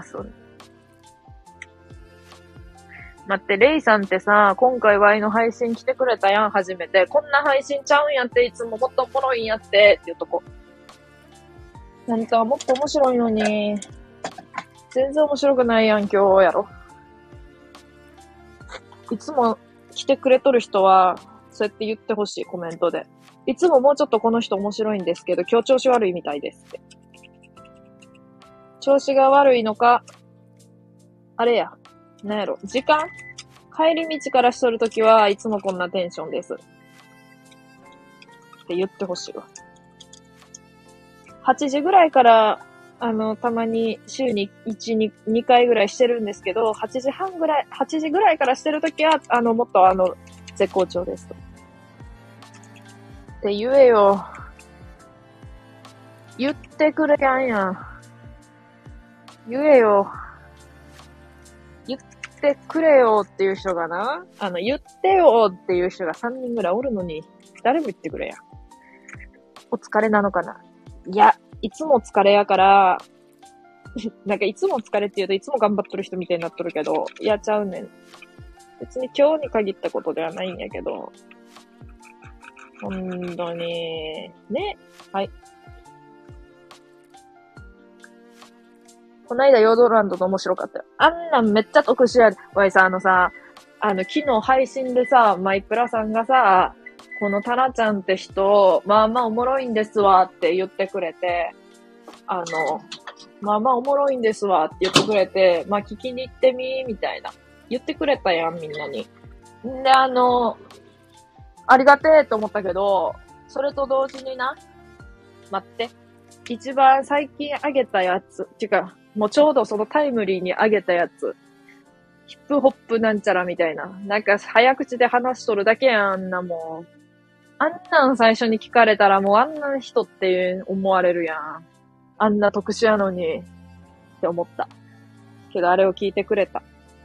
待って、レイさんってさ、今回ワイの配信来てくれたやん、初めて。こんな配信ちゃうんやって、いつももっとおもろいんやって、って言うとこ。何かもっと面白いのに。全然面白くないやん、今日やろ。いつも来てくれとる人は、そうやって言ってほしい、コメントで。いつももうちょっとこの人面白いんですけど、今日調子悪いみたいですって。調子が悪いのか、あれや。なんやろ、時間帰り道からしとるときはいつもこんなテンションです。って言ってほしいわ。はちじぐらいから、あの、たまに週にいち、に、にかいぐらいしてるんですけど、はちじはんぐらい、はちじぐらいからしてるときは、あの、もっとあの、絶好調です。って言えよ。言ってくれやんやん。言えよ。言ってくれよっていう人がな、あの、言ってよっていう人がさんにんぐらいおるのに、誰も言ってくれやん。お疲れなのかな。いや、いつも疲れやから、なんかいつも疲れって言うといつも頑張っとる人みたいになっとるけど、やっちゃうねん。別に今日に限ったことではないんやけど、ほんとに、ね。はい。こないだヨードランドの面白かったよ。あんなんめっちゃ特殊やで。わいさ、あのさ、あの、昨日配信でさ、マイプラさんがさ、このタナちゃんって人、まあまあおもろいんですわって言ってくれて、あの、まあまあおもろいんですわって言ってくれて、まあ聞きに行ってみーみたいな。言ってくれたやん、みんなに。んで、あの、ありがてーと思ったけど、それと同時にな、待って。一番最近あげたやつ、てか、もうちょうどそのタイムリーにあげたやつ、ヒップホップなんちゃらみたいな。なんか早口で話しとるだけやん、あんなもん。あんなん最初に聞かれたらもうあんな人って思われるやん。あんな特殊やのに、って思った。けどあれを聞いてくれた。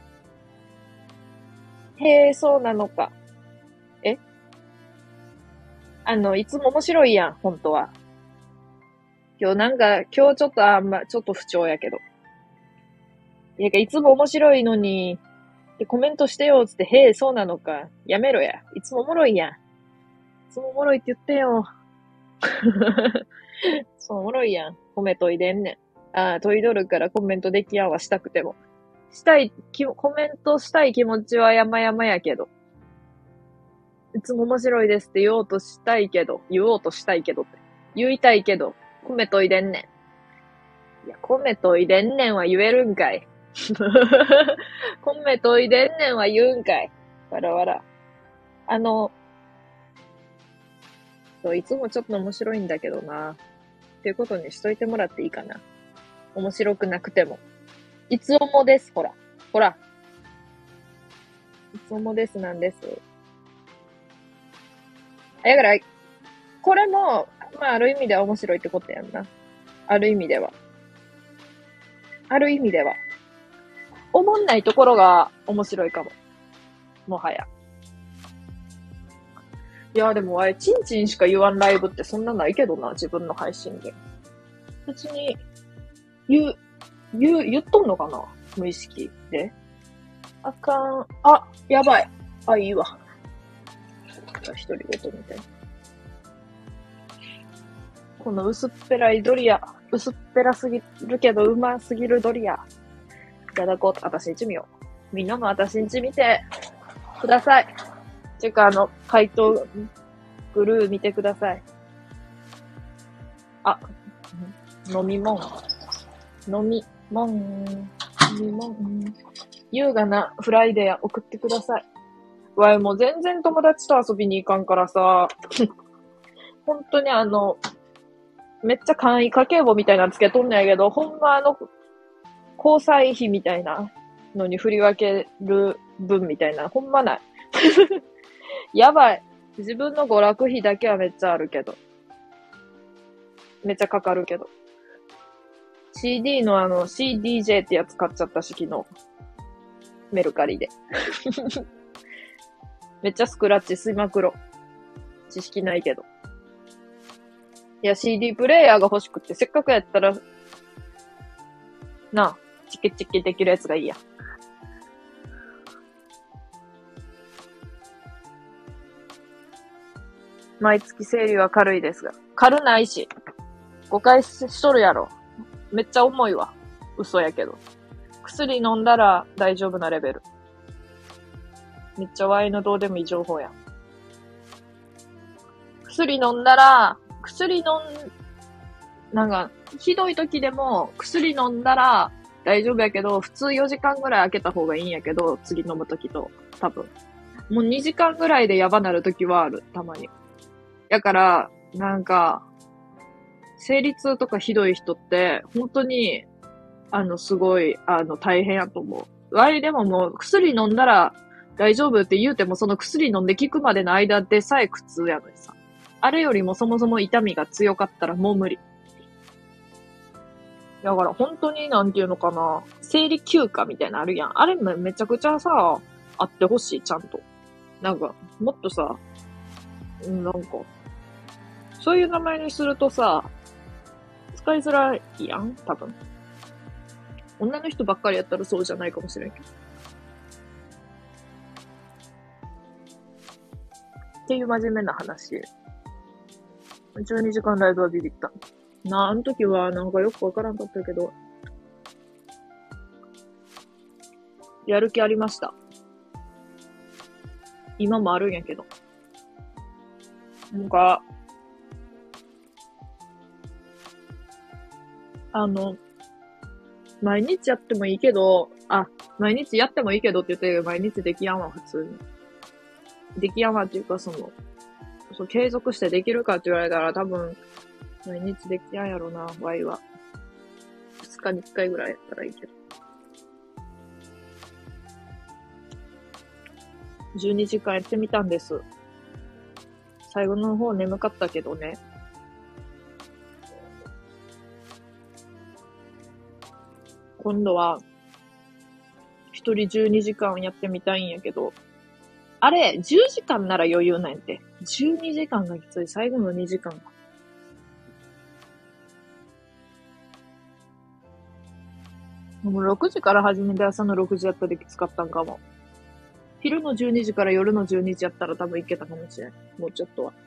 へえ、そうなのか。えあの、いつも面白いやん、本当は。今日なんか、今日ちょっとあんま、ちょっと不調やけど。いや、いつも面白いのに、で、コメントしてよ、つって、へえ、そうなのか。やめろや。いつもおもろいやん。いつもおもろいって言ってよ。そう、おもろいやん。褒めといでんねん。ああ、といどるからコメントできやんはしたくても。したい、きコメントしたい気持ちは山々やけど。いつも面白いですって言おうとしたいけど、言おうとしたいけどって。言いたいけど、コメといでんねん。いや、コメといでんねんは言えるんかい。 米研いでんねんは言うんかい。わらわら。あの、そういつもちょっと面白いんだけどな。っていうことにしといてもらっていいかな。面白くなくても。いつおもです、ほら。ほら。いつおもですなんです。だから、これも、まあ、ある意味では面白いってことやんな。ある意味では。ある意味では。おもんないところが面白いかも。もはや。いや、でもあれ、チンチンしか言わんライブってそんなないけどな、自分の配信で。別に、言う、言う、言っとんのかな無意識で。あかん。あ、やばい。あ、いいわ。独り言みたいな。この薄っぺらいドリア。薄っぺらすぎるけどうますぎるドリア。いただこうと。私んち見よう。みんなも私んち見てください。ていうか、あの、怪盗グルー見てください。あ、飲みもん。飲みもん。飲みもん。優雅なフライデー送ってください。わい、もう全然友達と遊びに行かんからさ。本当にあの、めっちゃ簡易家計簿みたいなのつけとんねんやけど、ほんまあの、交際費みたいなのに振り分ける分みたいな、ほんまない。やばい。自分の娯楽費だけはめっちゃあるけど。めっちゃかかるけど。シーディー のあの シーディージェー ってやつ買っちゃったし、昨日。メルカリで。めっちゃスクラッチしまくろ。知識ないけど。いや、シーディー プレイヤーが欲しくって、せっかくやったら、なあ、チキチキできるやつがいいや。毎月生理は軽いですが。軽ないし。誤解しとるやろ。めっちゃ重いわ。嘘やけど。薬飲んだら大丈夫なレベル。めっちゃワイのどうでもいい情報やん。薬飲んだら、薬飲ん、なんか、ひどい時でも薬飲んだら大丈夫やけど、普通よじかんぐらい空けた方がいいんやけど、次飲む時と、多分。もうにじかんぐらいでやばなる時はある、たまに。だから、なんか、生理痛とかひどい人って、本当に、あの、すごい、あの、大変やと思う。割でももう、薬飲んだら大丈夫って言うても、その薬飲んで効くまでの間でさえ苦痛やのにさ。あれよりもそもそも痛みが強かったらもう無理。だから本当になんていうのかな、生理休暇みたいなのあるやん。あれめめちゃくちゃさ、あってほしい、ちゃんと。なんか、もっとさ、なんか、そういう名前にするとさ、使いづらいやん多分。女の人ばっかりやったらそうじゃないかもしれんけど。っていう真面目な話。じゅうにじかんライブはビビった。なあ、あの時はなんかよくわからんかったけど、やる気ありました。今もあるんやけど。なんか、あの、毎日やってもいいけど、あ、毎日やってもいいけどって言ってるけど、毎日できやんわ、普通に。できやんわっていうか、その、そう、継続してできるかって言われたら多分、毎日できやんやろな、ワイは。二日に一回ぐらいやったらいいけど。じゅうにじかんやってみたんです。最後の方眠かったけどね。今度は、一人じゅうにじかんやってみたいんやけど、あれ、じゅうじかんなら余裕なんやて。じゅうにじかんがきつい。最後のにじかんが。もうろくじから始めて朝のろくじやったできつかったんかも。昼のじゅうにじから夜のじゅうにじやったら多分いけたかもしれん。もうちょっとは。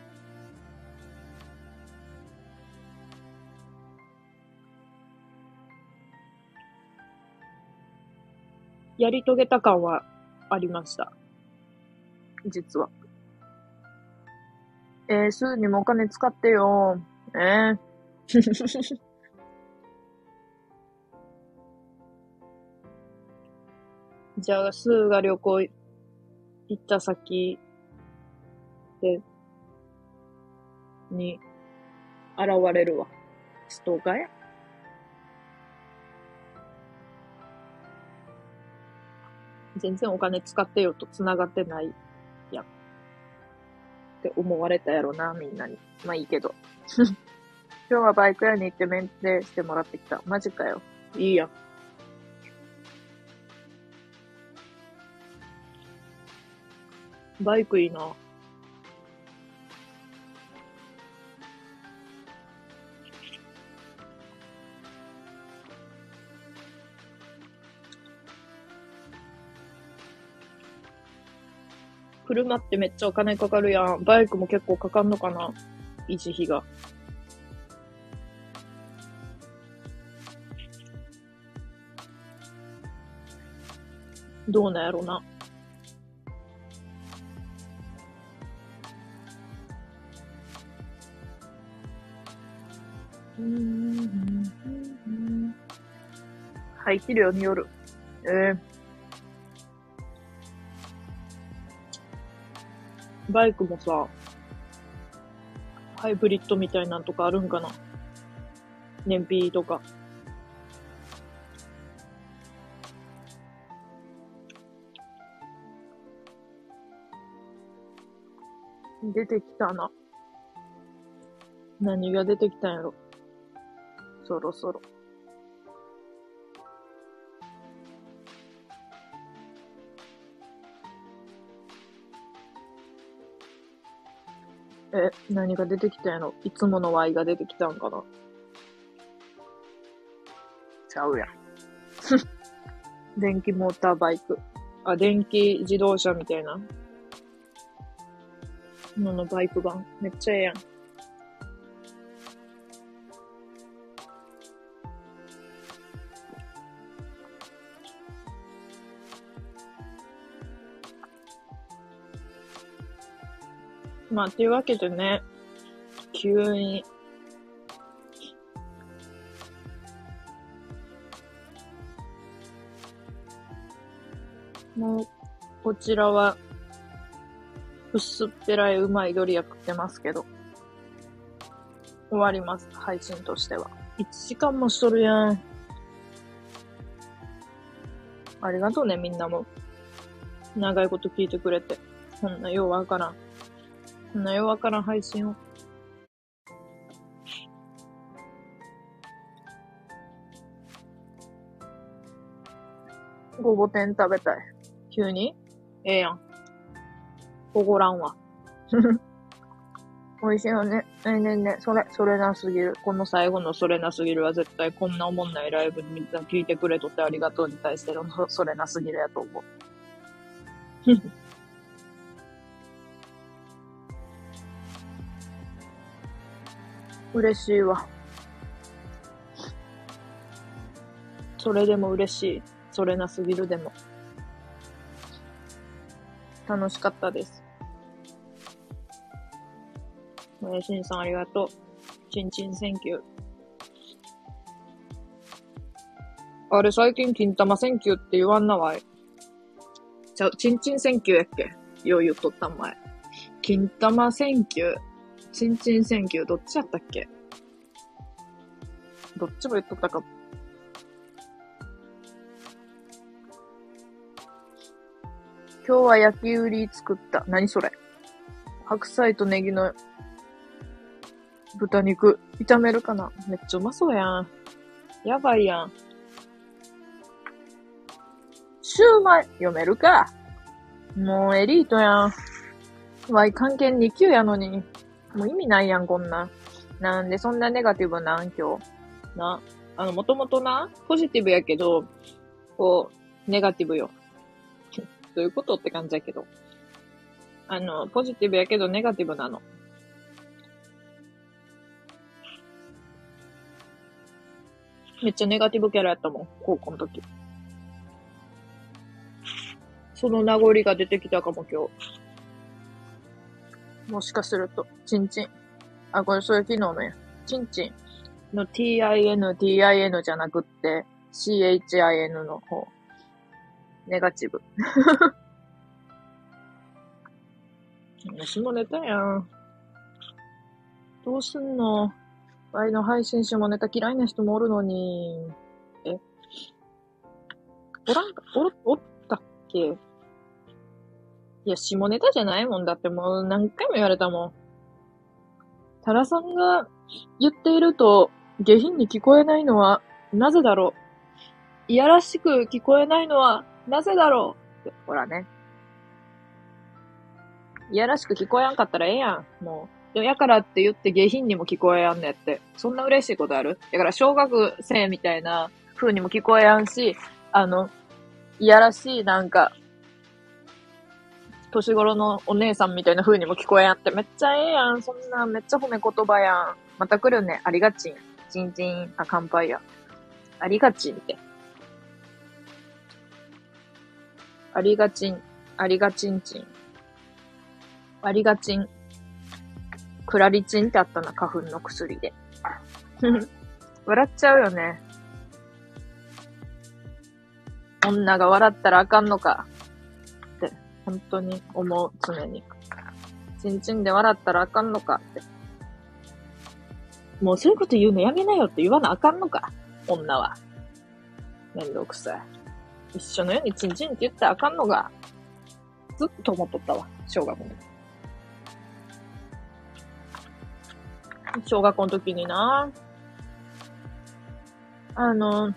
やり遂げた感はありました。実は。えー、すぐにもお金使ってよ。えーじゃあ、スーが旅行行った先で、に現れるわ。ストーカーや。全然お金使ってよと繋がってないやん。って思われたやろな、みんなに。まあいいけど。今日はバイク屋に行ってメンテしてもらってきた。マジかよ。いいやん。バイクいいな。車ってめっちゃお金かかるやん。バイクも結構かかんのかな、維持費が。どうなんやろな。うーん。排気量による。えー、バイクもさ、ハイブリッドみたいなんとかあるんかな、燃費とか。出てきたな。何が出てきたんやろ。そろそろ。え、何が出てきたんやろ。いつもの Y が出てきたんかな。ちゃうやん。電気モーターバイク。あ、電気自動車みたいなののバイク版。めっちゃええやん。まあ、っていうわけでね、急に、もう、こちらは、薄っぺらいうまいドリア食ってますけど、終わります、配信としては。いちじかんもしとるやん。ありがとうね、みんなも。長いこと聞いてくれて。こんなようわからん。こんなようわからん配信を。ごぼ天食べたい。急にええやん。おごらんわ。美味しいよね。えー、ねんね、それ、それなすぎる。この最後のそれなすぎるは絶対こんなおもんないライブみんな聞いてくれとってありがとうに対してのそれなすぎるやと思う。嬉しいわ。それでも嬉しい。それなすぎるでも。楽しかったです。えー、しんさんありがとう。ちんちんセンキュー。あれ最近金玉センキューって言わんなわい。ちゃう、ちんちんセンキューやっけよう言っとったん前。金玉センキュー。ちんちんセンキューどっちやったっけ。どっちも言っとったかも。今日は焼き売り作った。何それ。白菜とネギの豚肉炒めるかな。めっちゃうまそうやん。やばいやん。シューマイ読めるか。もうエリートやん。わい、関係に級やのに。もう意味ないやん、こんな。なんでそんなネガティブなん今日。な。あの、もともとな、ポジティブやけど、こう、ネガティブよ。どういうことって感じやけど。あの、ポジティブやけどネガティブなの。めっちゃネガティブキャラやったもん、高校の時。その名残が出てきたかも、今日。もしかすると、チンチン。あ、これそれ昨日のや。チンチンの ティーアイエヌ、ティーアイエヌ じゃなくって、シーエイチアイエヌ の方。 ネガチブ。下ネタやん。どうすんの？ワイの配信下ネタ嫌いな人もおるのに。えおらんか、お、おったっけ？いや、下ネタじゃないもんだってもう何回も言われたもん。タラさんが言っていると下品に聞こえないのはなぜだろう？いやらしく聞こえないのはなぜだろう？ってほらね。いやらしく聞こえやんかったらええやん。もう。やからって言って下品にも聞こえやんねって。そんな嬉しいことある？だから小学生みたいな風にも聞こえやんし、あの、いやらしいなんか、年頃のお姉さんみたいな風にも聞こえやんってめっちゃええやん。そんなめっちゃ褒め言葉やん。また来るね。ありがちん。ちんちん。あ、乾杯や。ありがちんって。ありがちん。ありがちんちん。ありがちん。クラリチンってあったな、花粉の薬で。笑っちゃうよね。女が笑ったらあかんのか。って、本当に思う、常に。ちんちんで笑ったらあかんのかって。もうそういうこと言うのやめなよって言わなあかんのか、女は。めんどくさい。一緒のようにチンチンって言ったらあかんのが、ずっと思っとったわ、小学校の時。小学校の時にな、あの、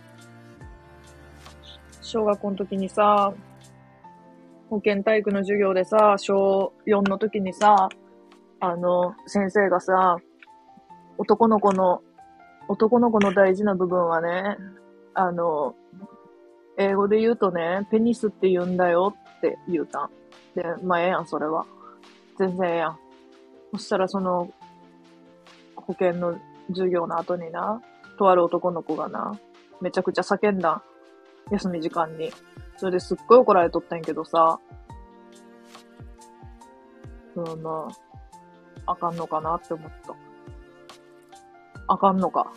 小学校の時にさ、保健体育の授業でさ、小よんの時にさ、あの、先生がさ、男の子の、男の子の大事な部分はね、あの、英語で言うとね、ペニスって言うんだよって言うたん。で、まあええやん、それは。全然ええやん。そしたらその、保健の授業の後にな、とある男の子がな、めちゃくちゃ叫んだん。休み時間に。それですっごい怒られとったんやけどさ、そのまあ、あかんのかなって思った。あかんのか。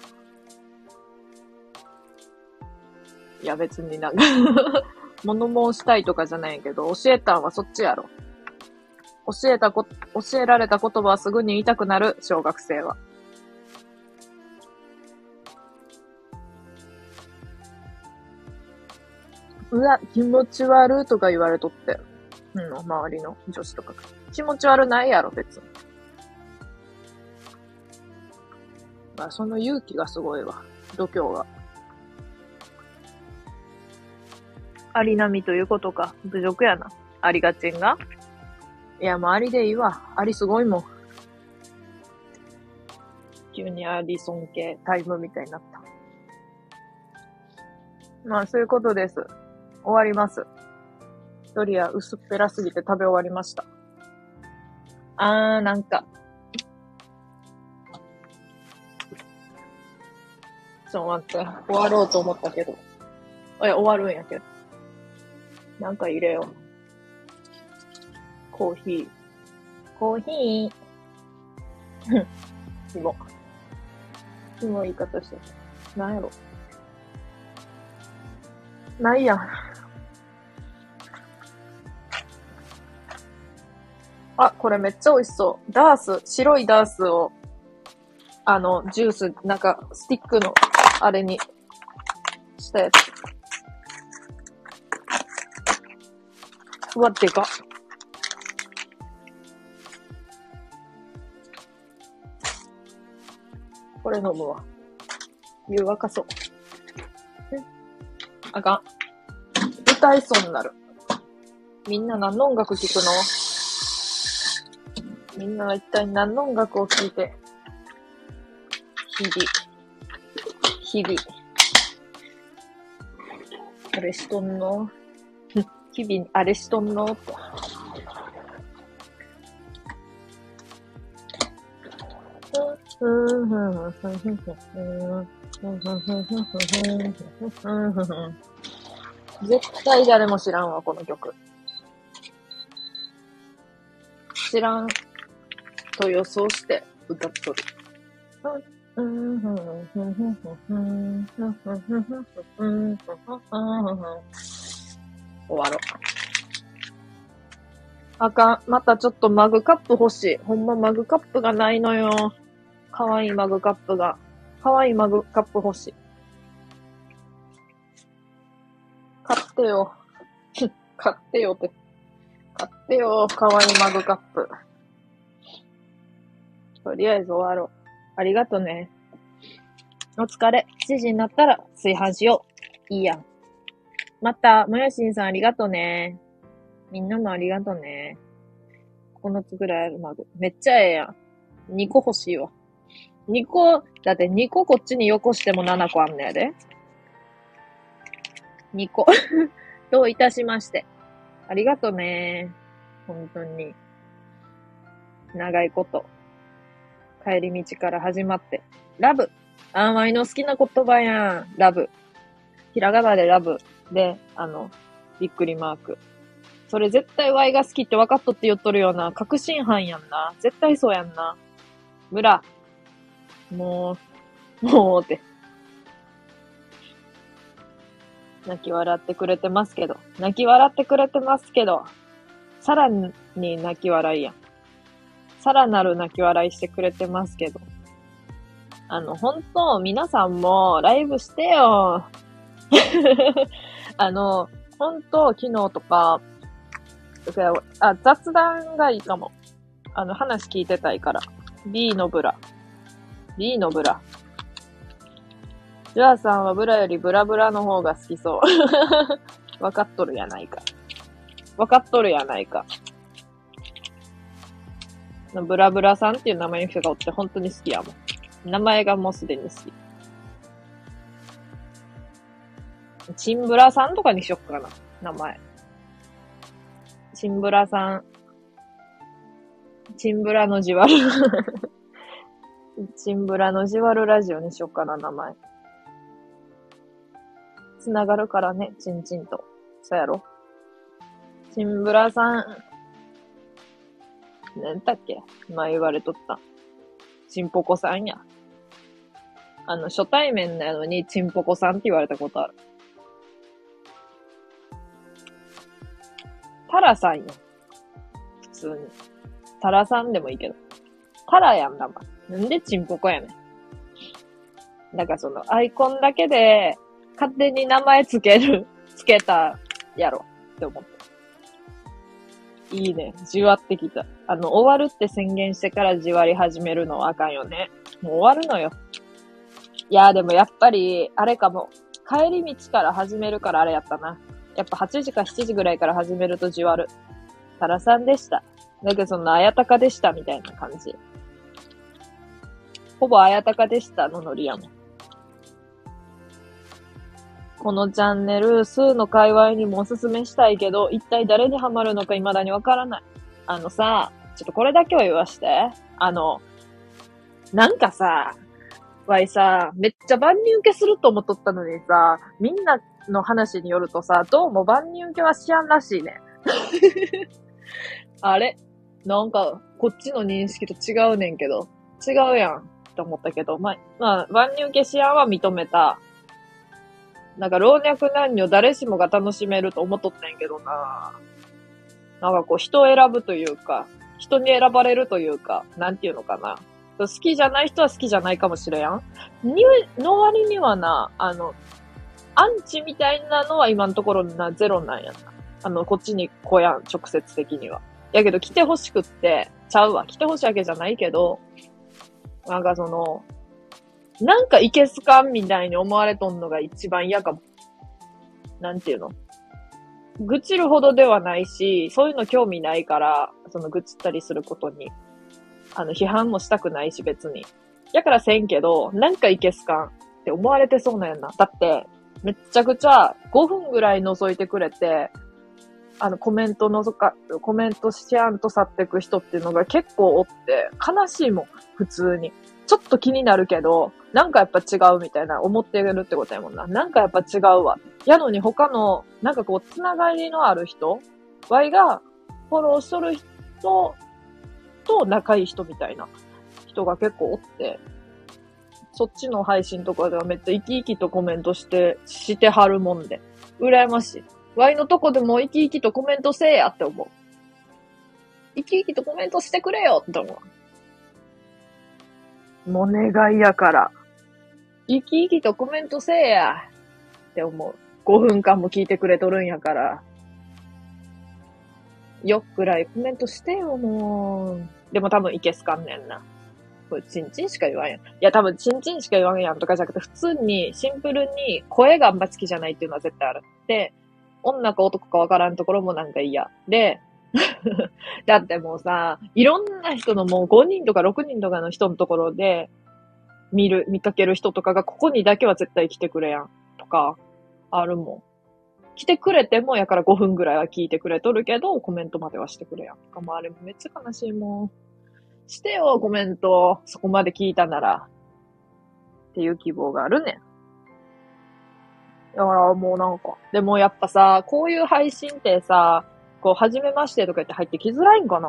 いや別になんか物申したいとかじゃないけど、教えたんはそっちやろ。教えたこ、教えられた言葉はすぐに言いたくなる、小学生は。うわ、気持ち悪いとか言われとって。うん、周りの女子とか。気持ち悪ないやろ、別に。まあ、その勇気がすごいわ。度胸が。ありなみということか。侮辱やな。ありがちんが。いや、もうありでいいわ。ありすごいもん。急にあり尊敬タイムみたいになった。まあ、そういうことです。終わります。ドリア薄っぺらすぎて食べ終わりました。あー、なんか。ちょっと待って。終わろうと思ったけど。いや、終わるんやけど。なんか入れよう。コーヒー。コーヒー。キモ。キモい言い方してた。なんやろ。ないやん。あ、これめっちゃ美味しそう。ダース、白いダースを、あの、ジュース、なんか、スティックの、あれに、したやつ。うわ、でかっ。これ飲むわ。湯沸かそう。あかん。歌いそうになる。みんな何の音楽聴くの？みんなは一体何の音楽を聴いて、日々、日々、あれしとんの？日々、あれしとんの？って。絶対誰も知らんわ、この曲。知らんと予想して歌っとる。 終わろう。あかん。またちょっとマグカップ欲しい。ほんまマグカップがないのよ。かわいいマグカップが。かわいいマグカップ欲しい。買ってよ。買ってよって。買ってよ。かわいいマグカップ。とりあえず終わろう。ありがとね。お疲れ。しちじになったら炊飯しよう。いいやん。また、もやしんさんありがとね。みんなもありがとね。このつぐらいあるマグ。めっちゃええやん。にこ欲しいわ。にこ、だってにここっちによこしてもななこあんねやで。にこ。どういたしまして。ありがとね。本当に。長いこと。帰り道から始まって。ラブ。あー、ワイの好きな言葉やん。ラブ。ひらがなでラブ。で、あの、びっくりマーク。それ絶対ワイが好きって分かっとって言っとるような。確信犯やんな。絶対そうやんな。村。もう、もうって。泣き笑ってくれてますけど。泣き笑ってくれてますけど。さらに泣き笑いやん。さらなる泣き笑いしてくれてますけど。あの、本当皆さんもライブしてよ。あの、本当昨日とか、あ、雑談がいいかも。あの、話聞いてたいから。B のブラ。B のブラ。ジュアさんはブラよりブラブラの方が好きそう。わかっとるやないか。わかっとるやないか。ブラブラさんっていう名前の人がおって本当に好きやもん。名前がもうすでに好き。チンブラさんとかにしよっかな。名前。チンブラさん。チンブラのじわる。チンブラのじわるラジオにしよっかな、名前。つながるからね、チンチンと。そうやろ。チンブラさん。何だっけ前言われとった。チンポコさんや。あの、初対面なのにチンポコさんって言われたことある。タラさんや。普通に。タラさんでもいいけど。タラやんだもん。なんでチンポコやねん。なんかそのアイコンだけで勝手に名前つける、つけたやろって思って。いいね。じわってきた。あの、終わるって宣言してからじわり始めるのはあかんよね。もう終わるのよ。いやーでもやっぱり、あれかも。帰り道から始めるからあれやったな。やっぱはちじかしちじぐらいから始めるとじわる。タラさんでした。だけどそんなあやたかでしたみたいな感じ。ほぼあやたかでしたのノリやもん。このチャンネル、数の界隈にもおすすめしたいけど、一体誰にハマるのか未だにわからない。あのさ、ちょっとこれだけは言わして。あの、なんかさ、わいさ、めっちゃ万人受けすると思っとったのにさ、みんなの話によるとさ、どうも万人受けはしやんらしいね。あれなんか、こっちの認識と違うねんけど、違うやんって思ったけど、まあ、まあ、万人受けしやんは認めた。なんか、老若男女誰しもが楽しめると思っとったんやけどな。なんかこう、人を選ぶというか、人に選ばれるというか、なんていうのかな。好きじゃない人は好きじゃないかもしれやん。に、の割にはな、あの、アンチみたいなのは今のところな、ゼロなんやな。あの、こっちに来やん、直接的には。やけど来てほしくって、ちゃうわ。来てほしいわけじゃないけど、なんかその、なんかいけすかんみたいに思われとんのが一番嫌かも。なんていうの愚痴るほどではないし、そういうの興味ないから、その愚痴ったりすることに。あの、批判もしたくないし別に。やからせんけど、なんかいけすかんって思われてそうなんやな。だって、めっちゃくちゃごふんぐらい覗いてくれて、あの、コメント覗か、コメントしやんと去ってく人っていうのが結構おって、悲しいもん、普通に。ちょっと気になるけど、なんかやっぱ違うみたいな思ってるってことやもんな。なんかやっぱ違うわ。やのに他の、なんかこう、つながりのある人、ワイがフォローしとる人と仲いい人みたいな人が結構おって、そっちの配信とかではめっちゃ生き生きとコメントして、してはるもんで。羨ましい。 ワイのとこでも生き生きとコメントせえやって思う。生き生きとコメントしてくれよって思う。もう願いやから。生き生きとコメントせえやって思う。ごふんかんも聞いてくれとるんやから。よっくらいコメントしてよ、もう。でも多分いけすかんねんな。これチンチンしか言わんやん。いや多分チンチンしか言わんやんとかじゃなくて、普通にシンプルに声があんま好きじゃないっていうのは絶対ある。で、女か男かわからんところもなんか嫌。で、だってもうさ、いろんな人のもうごにんとかろくにんとかの人のところで見る、見かける人とかがここにだけは絶対来てくれやん。とか、あるもん。来てくれてもやからごふんぐらいは聞いてくれとるけど、コメントまではしてくれやん。とかもあれめっちゃ悲しいもん。してよ、コメント。そこまで聞いたなら。っていう希望があるねん。だからもうなんか、でもやっぱさ、こういう配信ってさ、こう、はじめましてとか言って入ってきづらいんかな。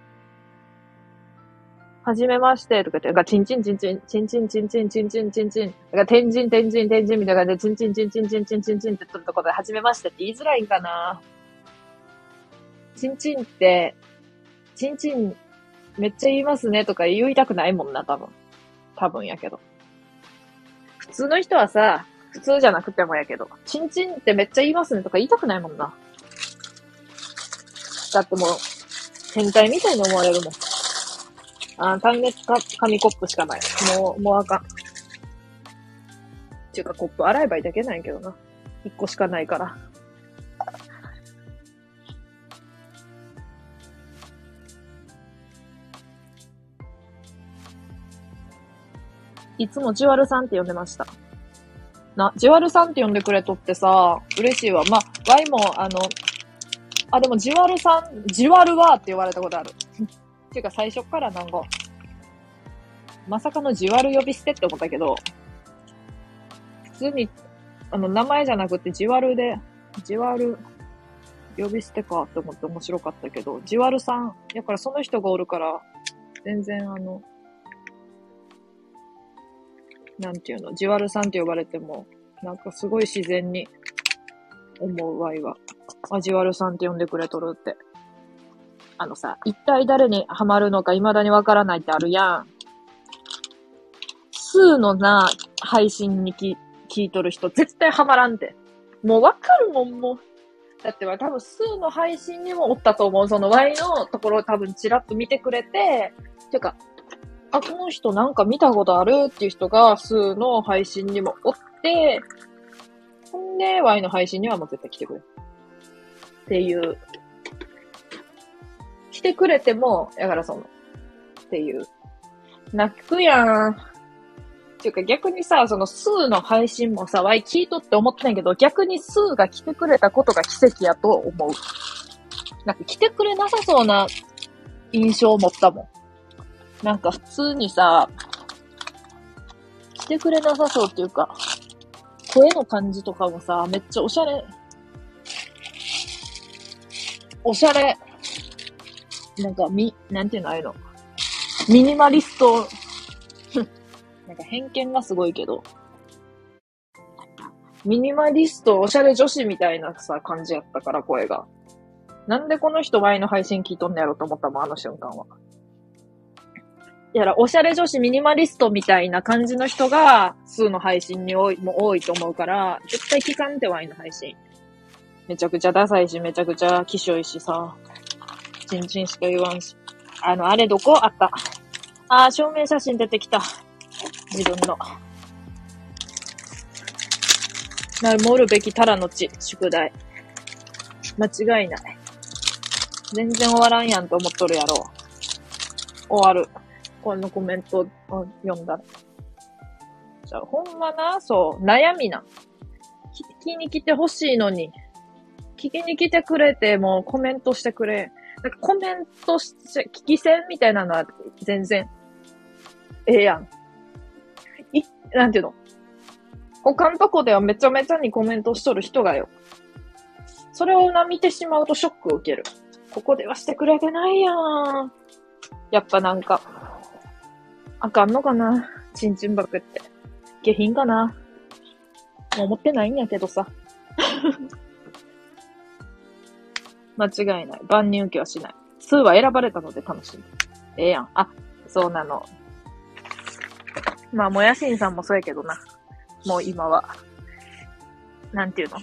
はじめましてとか言って、なんか、チンチンチンチン、チンチンチンチンチンチンチンチン、だから、天神天神天神みたいな感じで、チンチンチンチンチンチンチンチンって言っとるところで、はじめましてって言いづらいんかな。チンチンって、チンチン、めっちゃ言いますねとか言いたくないもんな、多分。多分やけど。普通の人はさ、普通じゃなくてもやけど、チンチンってめっちゃ言いますねとか言いたくないもんな。だってもう、変態みたいに思われるもん。あー、耐熱か、紙コップしかない。もう、もうあかん。っていうか、コップ洗えばいいだけなんやけどな。一個しかないから。いつもジュワルさんって呼んでました。な、ジュワルさんって呼んでくれとってさ、嬉しいわ。まあ、ワイも、あの、あ、でもジュワルさん、ジュワルはって言われたことある。っていうか最初からなんか、まさかのジュワル呼び捨てって思ったけど、普通に、あの、名前じゃなくてジュワルで、ジュワル呼び捨てかって思って面白かったけど、ジュワルさん、だからその人がおるから、全然あの、なんていうの、ジュワルさんって呼ばれても、なんかすごい自然に思うわいは。あ、ジュワルさんって呼んでくれとるって。あのさ、一体誰にハマるのか未だにわからないってあるやん。数のな、配信にき聞いとる人、絶対ハマらんて。もうわかるもん、もう。だっては多分数の配信にもおったと思う。その Y のところを多分チラッと見てくれて、てか、あ、この人なんか見たことあるっていう人が数の配信にもおって、ほんで Y の配信にはもう絶対来てくれる。っていう。来てくれても、やからその、っていう。泣くやん。っていうか逆にさ、その数の配信もさ、わい聞いとって思ってないけど、逆に数が来てくれたことが奇跡やと思う。なんか来てくれなさそうな印象を持ったもん。なんか普通にさ、来てくれなさそうっていうか、声の感じとかもさ、めっちゃおしゃれ、おしゃれ、なんかみ、なんていうのああいうの。ミニマリスト、なんか偏見がすごいけど、ミニマリスト、おしゃれ女子みたいなさ、感じやったから、声が。なんでこの人前の配信聞いとんのやろと思ったもん、あの瞬間は。やら、おしゃれ女子ミニマリストみたいな感じの人が、数の配信に多い、も多いと思うから、絶対聞かんてワイの配信。めちゃくちゃダサいし、めちゃくちゃきしょいしさ、チンチンしか言わんし。あの、あれどこあった。あー、証明写真出てきた。自分の。守るべきたらのち、宿題。間違いない。全然終わらんやんと思っとるやろ。終わる。このコメントを読んだら。じゃあ、ほんまな、そう、悩みな。聞きに来てほしいのに。聞きに来てくれて、もうコメントしてくれ。なんかコメントして、聞き戦みたいなのは全然、ええやん。い、なんていうの。他のとこではめちゃめちゃにコメントしとる人がよ。それをな、見てしまうとショックを受ける。ここではしてくれてないやん。やっぱなんか、あかんのかな、チンチン爆って。下品かな。もう思ってないんやけどさ。 間違いない。万人受けはしない。数は選ばれたので楽しい。ええやん。あ、そうなの。まあ、もやしんさんもそうやけどな。もう今は。なんていうの？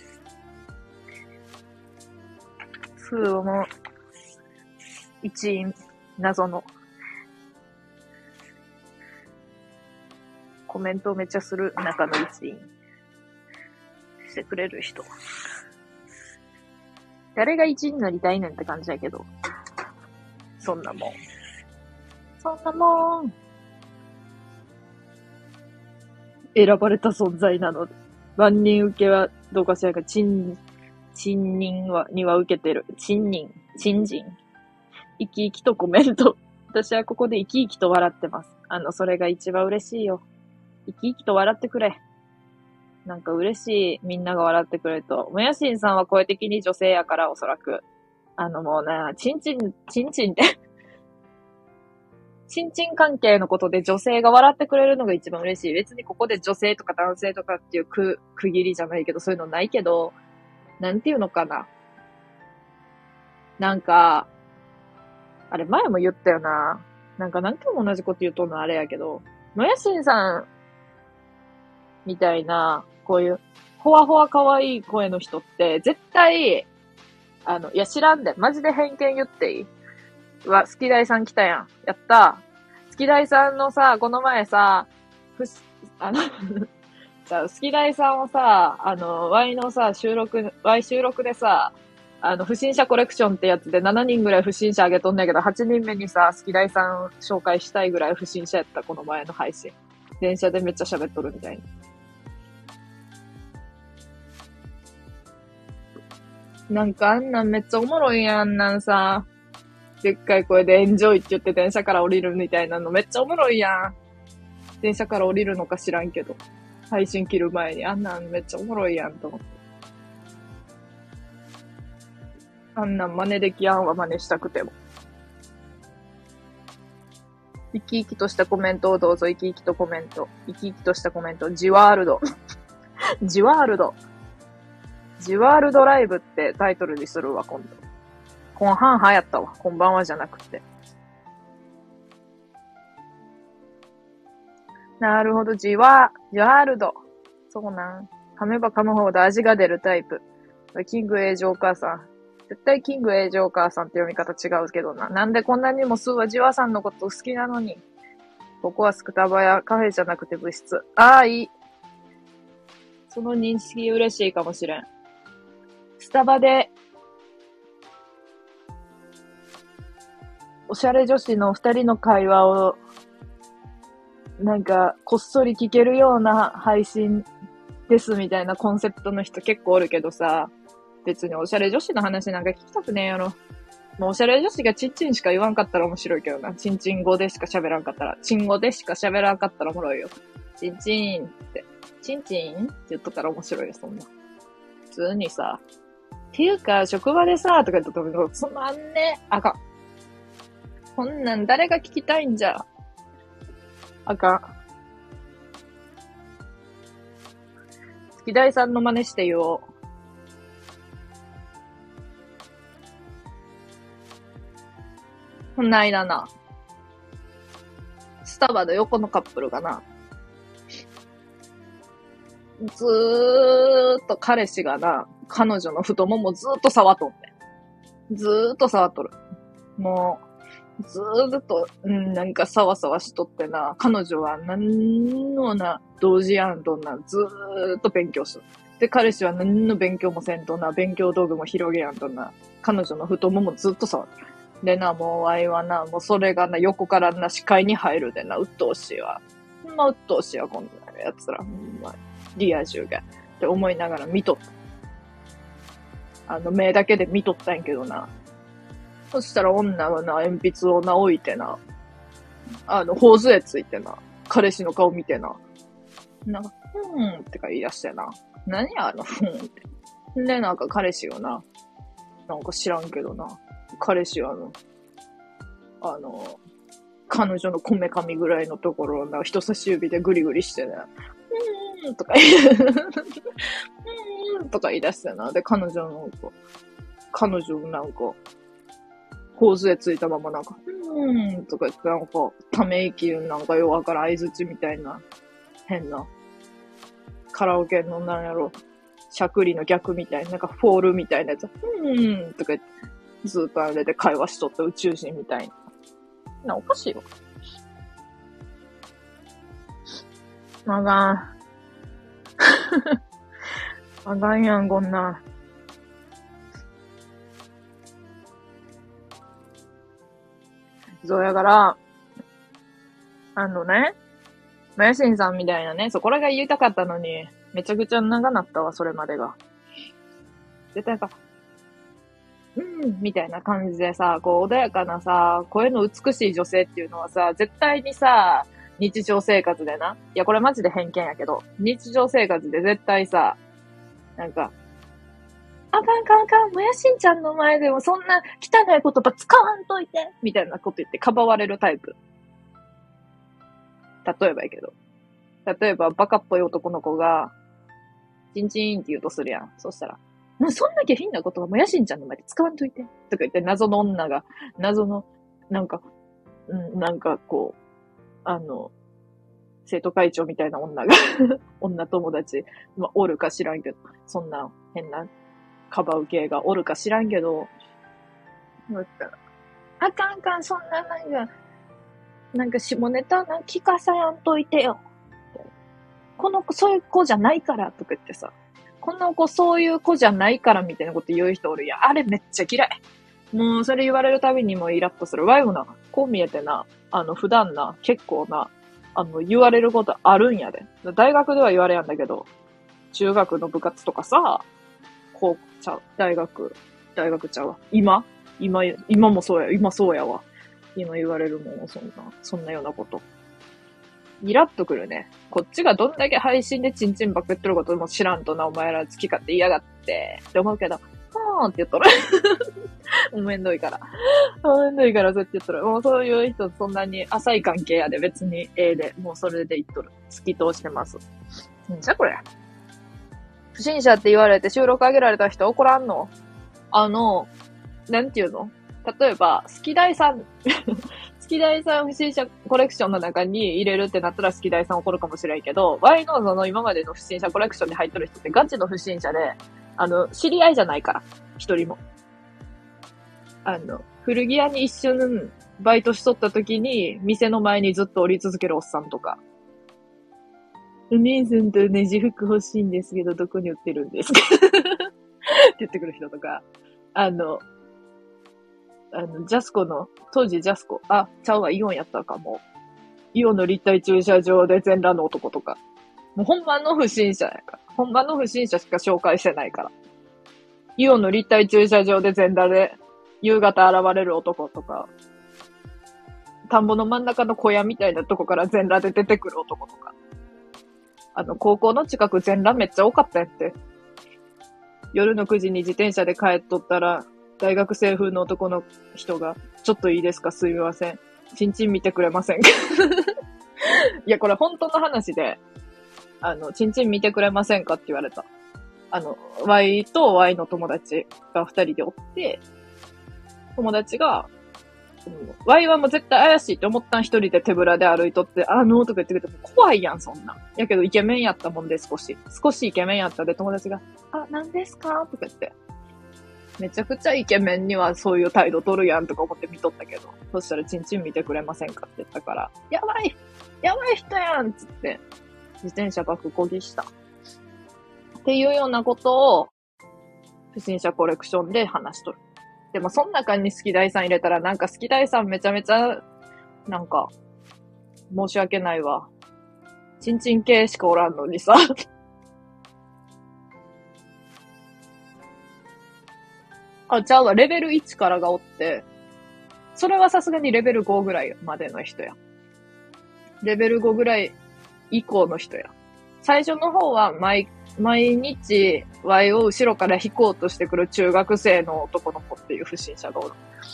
数をもう、一員、謎の。コメントをめっちゃする中の一員。してくれる人。誰が一員になりたいねんって感じやけど。そんなもん。そんなもん。選ばれた存在なので。万人受けはどうかしらか、賃、賃人は、には受けてる。賃人、賃人。生き生きとコメント。私はここで生き生きと笑ってます。あの、それが一番嬉しいよ。生き生きと笑ってくれ。なんか嬉しい。みんなが笑ってくれると。もやしんさんは声的に女性やから、おそらく。あのもうな、チンチン、チンチンって。チンチン関係のことで女性が笑ってくれるのが一番嬉しい。別にここで女性とか男性とかっていう区、区切りじゃないけど、そういうのないけど、なんていうのかな。なんか、あれ前も言ったよな。なんか何回も同じこと言うとんのあれやけど、もやしんさんみたいな、こういう、ほわほわ可愛い声の人って、絶対、あの、いや知らんで、マジで偏見言っていいうわ、スキダイさん来たやん。やった。スキダイさんのさ、この前さ、ふし、あの、じゃあ、スキダイさんをさ、あの、Y のさ、収録、Y 収録でさ、あの、不審者コレクションってやつでななにんぐらい不審者あげとんねんけど、はちにんめにさ、スキダイさん紹介したいぐらい不審者やった、この前の配信。電車でめっちゃ喋っとるみたいに。なんかあんなんめっちゃおもろいやん、あんなんさ。でっかい声でエンジョイって言って電車から降りるみたいなのめっちゃおもろいやん。電車から降りるのか知らんけど。配信切る前にあんなんめっちゃおもろいやんと思って。あんなん真似できやんわ、真似したくても。生き生きとしたコメントをどうぞ、生き生きとコメント。生き生きとしたコメント。ジワールド。ジワールド。ジワールドライブってタイトルにするわ、今度。こんはんはやったわ。こんばんはじゃなくて。なるほど、ジワー、ジワールド。そうなん。噛めば噛むほど味が出るタイプ。キングエイジお母さん。絶対キングエイジお母さんって読み方違うけどな。なんでこんなにもスーはジワさんのこと好きなのに。ここはスクタバやカフェじゃなくて部室。ああ、いい。その認識嬉しいかもしれん。スタバで、おしゃれ女子の二人の会話を、なんか、こっそり聞けるような配信ですみたいなコンセプトの人結構おるけどさ、別におしゃれ女子の話なんか聞きたくねえやろ。もうおしゃれ女子がチンチンしか言わんかったら面白いけどな。チンチン語でしか喋らんかったら。チン語でしか喋らんかったらおもろいよ。チンチンって。チンチンって言っとったら面白いよ、そんな。普通にさ。っていうか、職場でさ、とか言っとったら、つまんねえ。あかん。こんなん誰が聞きたいんじゃ。あかん。月大さんの真似して言おう。こんな間な。スタバの横のカップルがな。ずーっと彼氏がな、彼女の太ももずーっと触っとんねん。ずーっと触っとる。もう、ずーっと、うん、なんかサワサワしとってな、彼女は何のな、同時やんとな、ずーっと勉強する。で、彼氏は何の勉強もせんとな、勉強道具も広げやんとな、彼女の太ももずっと触る。でな、もうあいはな、もうそれがな、横からな、視界に入るでな、鬱陶しいわ。ほんま鬱陶しいわ、こんなやつら。ほんま、リア充が。って思いながら見とった。あの、目だけで見とったんやけどな。そしたら女はな、鉛筆をな、置いてな、あの、頬杖ついてな、彼氏の顔見てな、なんか、ふーんってか言い出してな。何やあの、ふーんって。で、なんか彼氏がな、なんか知らんけどな、彼氏はあの、あの、彼女のこめかみぐらいのところをな、人差し指でグリグリしてね、うーんとか言う、うーんとか言い出してな。で、彼女の、 彼女なんか、頬杖ついたままなんか、うーんとか言ってなんか、ため息なんかよわからん相槌みたいな、変な、カラオケのなんやろ、しゃくりの逆みたいな、なんかフォールみたいなやつ、うーんとか言って、ずっとあれで会話しとった宇宙人みたいな。な、おかしいよ。あかん。あかんやん、こんな。そうやから、あのね、マヤシンさんみたいなね、そこらが言いたかったのに、めちゃくちゃ長なったわ、それまでが。絶対なんか、うん、みたいな感じでさ、こう、穏やかなさ、声の美しい女性っていうのはさ、絶対にさ、日常生活でな。いや、これマジで偏見やけど、日常生活で絶対さ、なんか、あかんかんかん、もやしんちゃんの前でもそんな汚い言葉使わんといてみたいなこと言ってかばわれるタイプ。例えばやけど。例えば、バカっぽい男の子が、チンチンって言うとするやん。そしたら、なそんな下品な言葉もやしんちゃんの前で使わんといて。とか言って謎の女が、謎の、なんか、うん、なんかこう、あの、生徒会長みたいな女が、女友達、まあ、おるか知らんけど、そんな変な、かばう系がおるか知らんけど、だったら、あかんあかん、そんななんか、なんか下ネタな聞かさやんといてよ。この子そういう子じゃないからとか言ってさ、この子そういう子じゃないからみたいなこと言う人おるやん。あれめっちゃ嫌い。もうそれ言われるたびにもうイラッとする。ワイもな、こう見えてな、あの普段な、結構な、あの言われることあるんやで。大学では言われやんだけど、中学の部活とかさ、こうちゃう、大学、大学ちゃうわ。今今、今もそうや、今そうやわ。今言われるもん、そんな、そんなようなこと。イラッとくるね。こっちがどんだけ配信でチンチンばっか言ってることも知らんとな、お前ら好き勝手嫌がって、って思うけど、はーんって言っとる。もうめんどいから。めんどいからそうやって言っとる。もうそういう人そんなに浅い関係やで別にええで、もうそれで言っとる。突き通してます。んじゃこれ。不審者って言われて収録上げられた人怒らんの？あの、なんていうの？例えば、好き大さん、好き大さん不審者コレクションの中に入れるってなったら好き大さん怒るかもしれんけど、Y のその今までの不審者コレクションに入ってる人ってガチの不審者で、あの、知り合いじゃないから、一人も。あの、古着屋に一瞬バイトしとった時に、店の前にずっと降り続けるおっさんとか。お姉さんと同じ服欲しいんですけど、どこに売ってるんですかって言ってくる人とか。あの、あの、ジャスコの、当時ジャスコ、あ、ちゃうわ、イオンやったかも。イオンの立体駐車場で全裸の男とか。もう本番の不審者やから。本番の不審者しか紹介してないから。イオンの立体駐車場で全裸で、夕方現れる男とか。田んぼの真ん中の小屋みたいなとこから全裸で出てくる男とか。あの、高校の近く全裸めっちゃ多かったやって。夜のくじに自転車で帰っとったら、大学生風の男の人が、ちょっといいですかすみません。チンチン見てくれませんかいや、これ本当の話で、あの、チンチン見てくれませんかって言われた。あの、Y と Y の友達が二人でおって、友達が、うん、Y はもう絶対怪しいって思ったん一人で手ぶらで歩いとって、あのーとか言ってくれても怖いやん、そんな。やけどイケメンやったもんで少し。少しイケメンやったで友達が、あ、何ですかとか言って。めちゃくちゃイケメンにはそういう態度取るやんとか思って見とったけど、そしたらチンチン見てくれませんかって言ったから、やばいやばい人やんつって、自転車爆こぎした。っていうようなことを、不審者コレクションで話しとる。でもその中に好き大さん入れたらなんか好き大さんめちゃめちゃ、なんか、申し訳ないわ。チンチン系しかおらんのにさ。あ、ちゃうわ、レベルいちからがおって、それはさすがにレベルごぐらいまでの人や。レベルごぐらい以降の人や。最初の方は毎、毎日 Y を後ろから引こうとしてくる中学生の男の子っていう不審者がおる。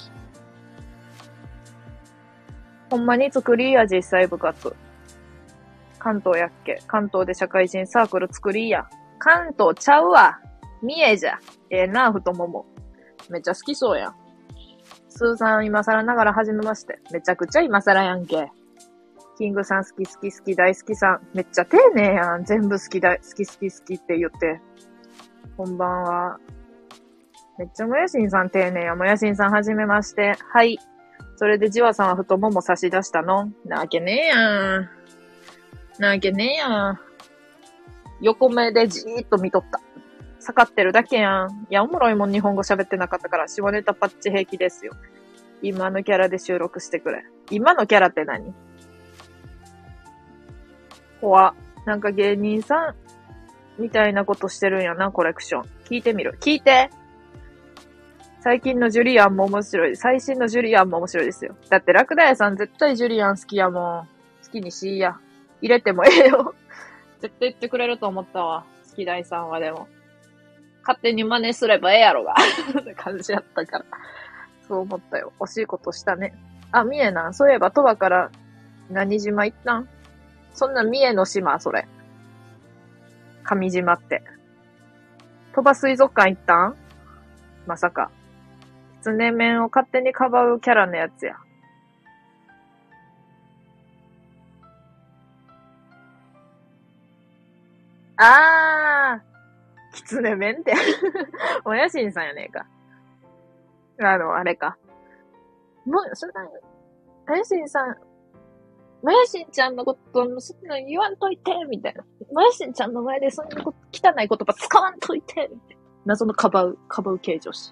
ほんまに作りや、実際部活。関東やっけ。関東で社会人サークル作りや。関東ちゃうわ。三重じゃ。ええな、太もも。 めっちゃ好きそうやん。スーさん今更ながら始めまして。めちゃくちゃ今更やんけ。キングさん好き好き好き大好きさん。めっちゃ丁寧やん。全部好きだ、好き好き好きって言って。こんばんは。めっちゃもやしんさん丁寧や。もやしんさんはじめまして。はい。それでじわさんは太もも差し出したの？なわけねえやん。なわけねえやん。横目でじーっと見とった。下がってるだけやん。いや、おもろいもん日本語喋ってなかったから、下ネタパッチ平気ですよ。今のキャラで収録してくれ。今のキャラって何？怖。なんか芸人さんみたいなことしてるんやな、コレクション。聞いてみる。聞いて。最近のジュリアンも面白い。最新のジュリアンも面白いですよ。だってラクダ屋さん絶対ジュリアン好きやもん。好きにしいや。入れてもええよ。絶対言ってくれると思ったわ。好き大さんはでも。勝手に真似すればええやろが。って感じやったから。そう思ったよ。惜しいことしたね。あ、三重な。そういえば、鳥羽から何島行ったん？そんな三重の島、それ。上島って。鳥羽水族館行ったん？まさか。狐面を勝手にかばうキャラのやつや。あー。狐面って。おやしんさんやねえか。あの、あれか。もう、そんな、おやしんさん、もやしんちゃんのこと、そんな言わんといて、みたいな。もやしんちゃんの前でそんなこと汚い言葉使わんといて、みたいな。謎のかばう、かばう系女子。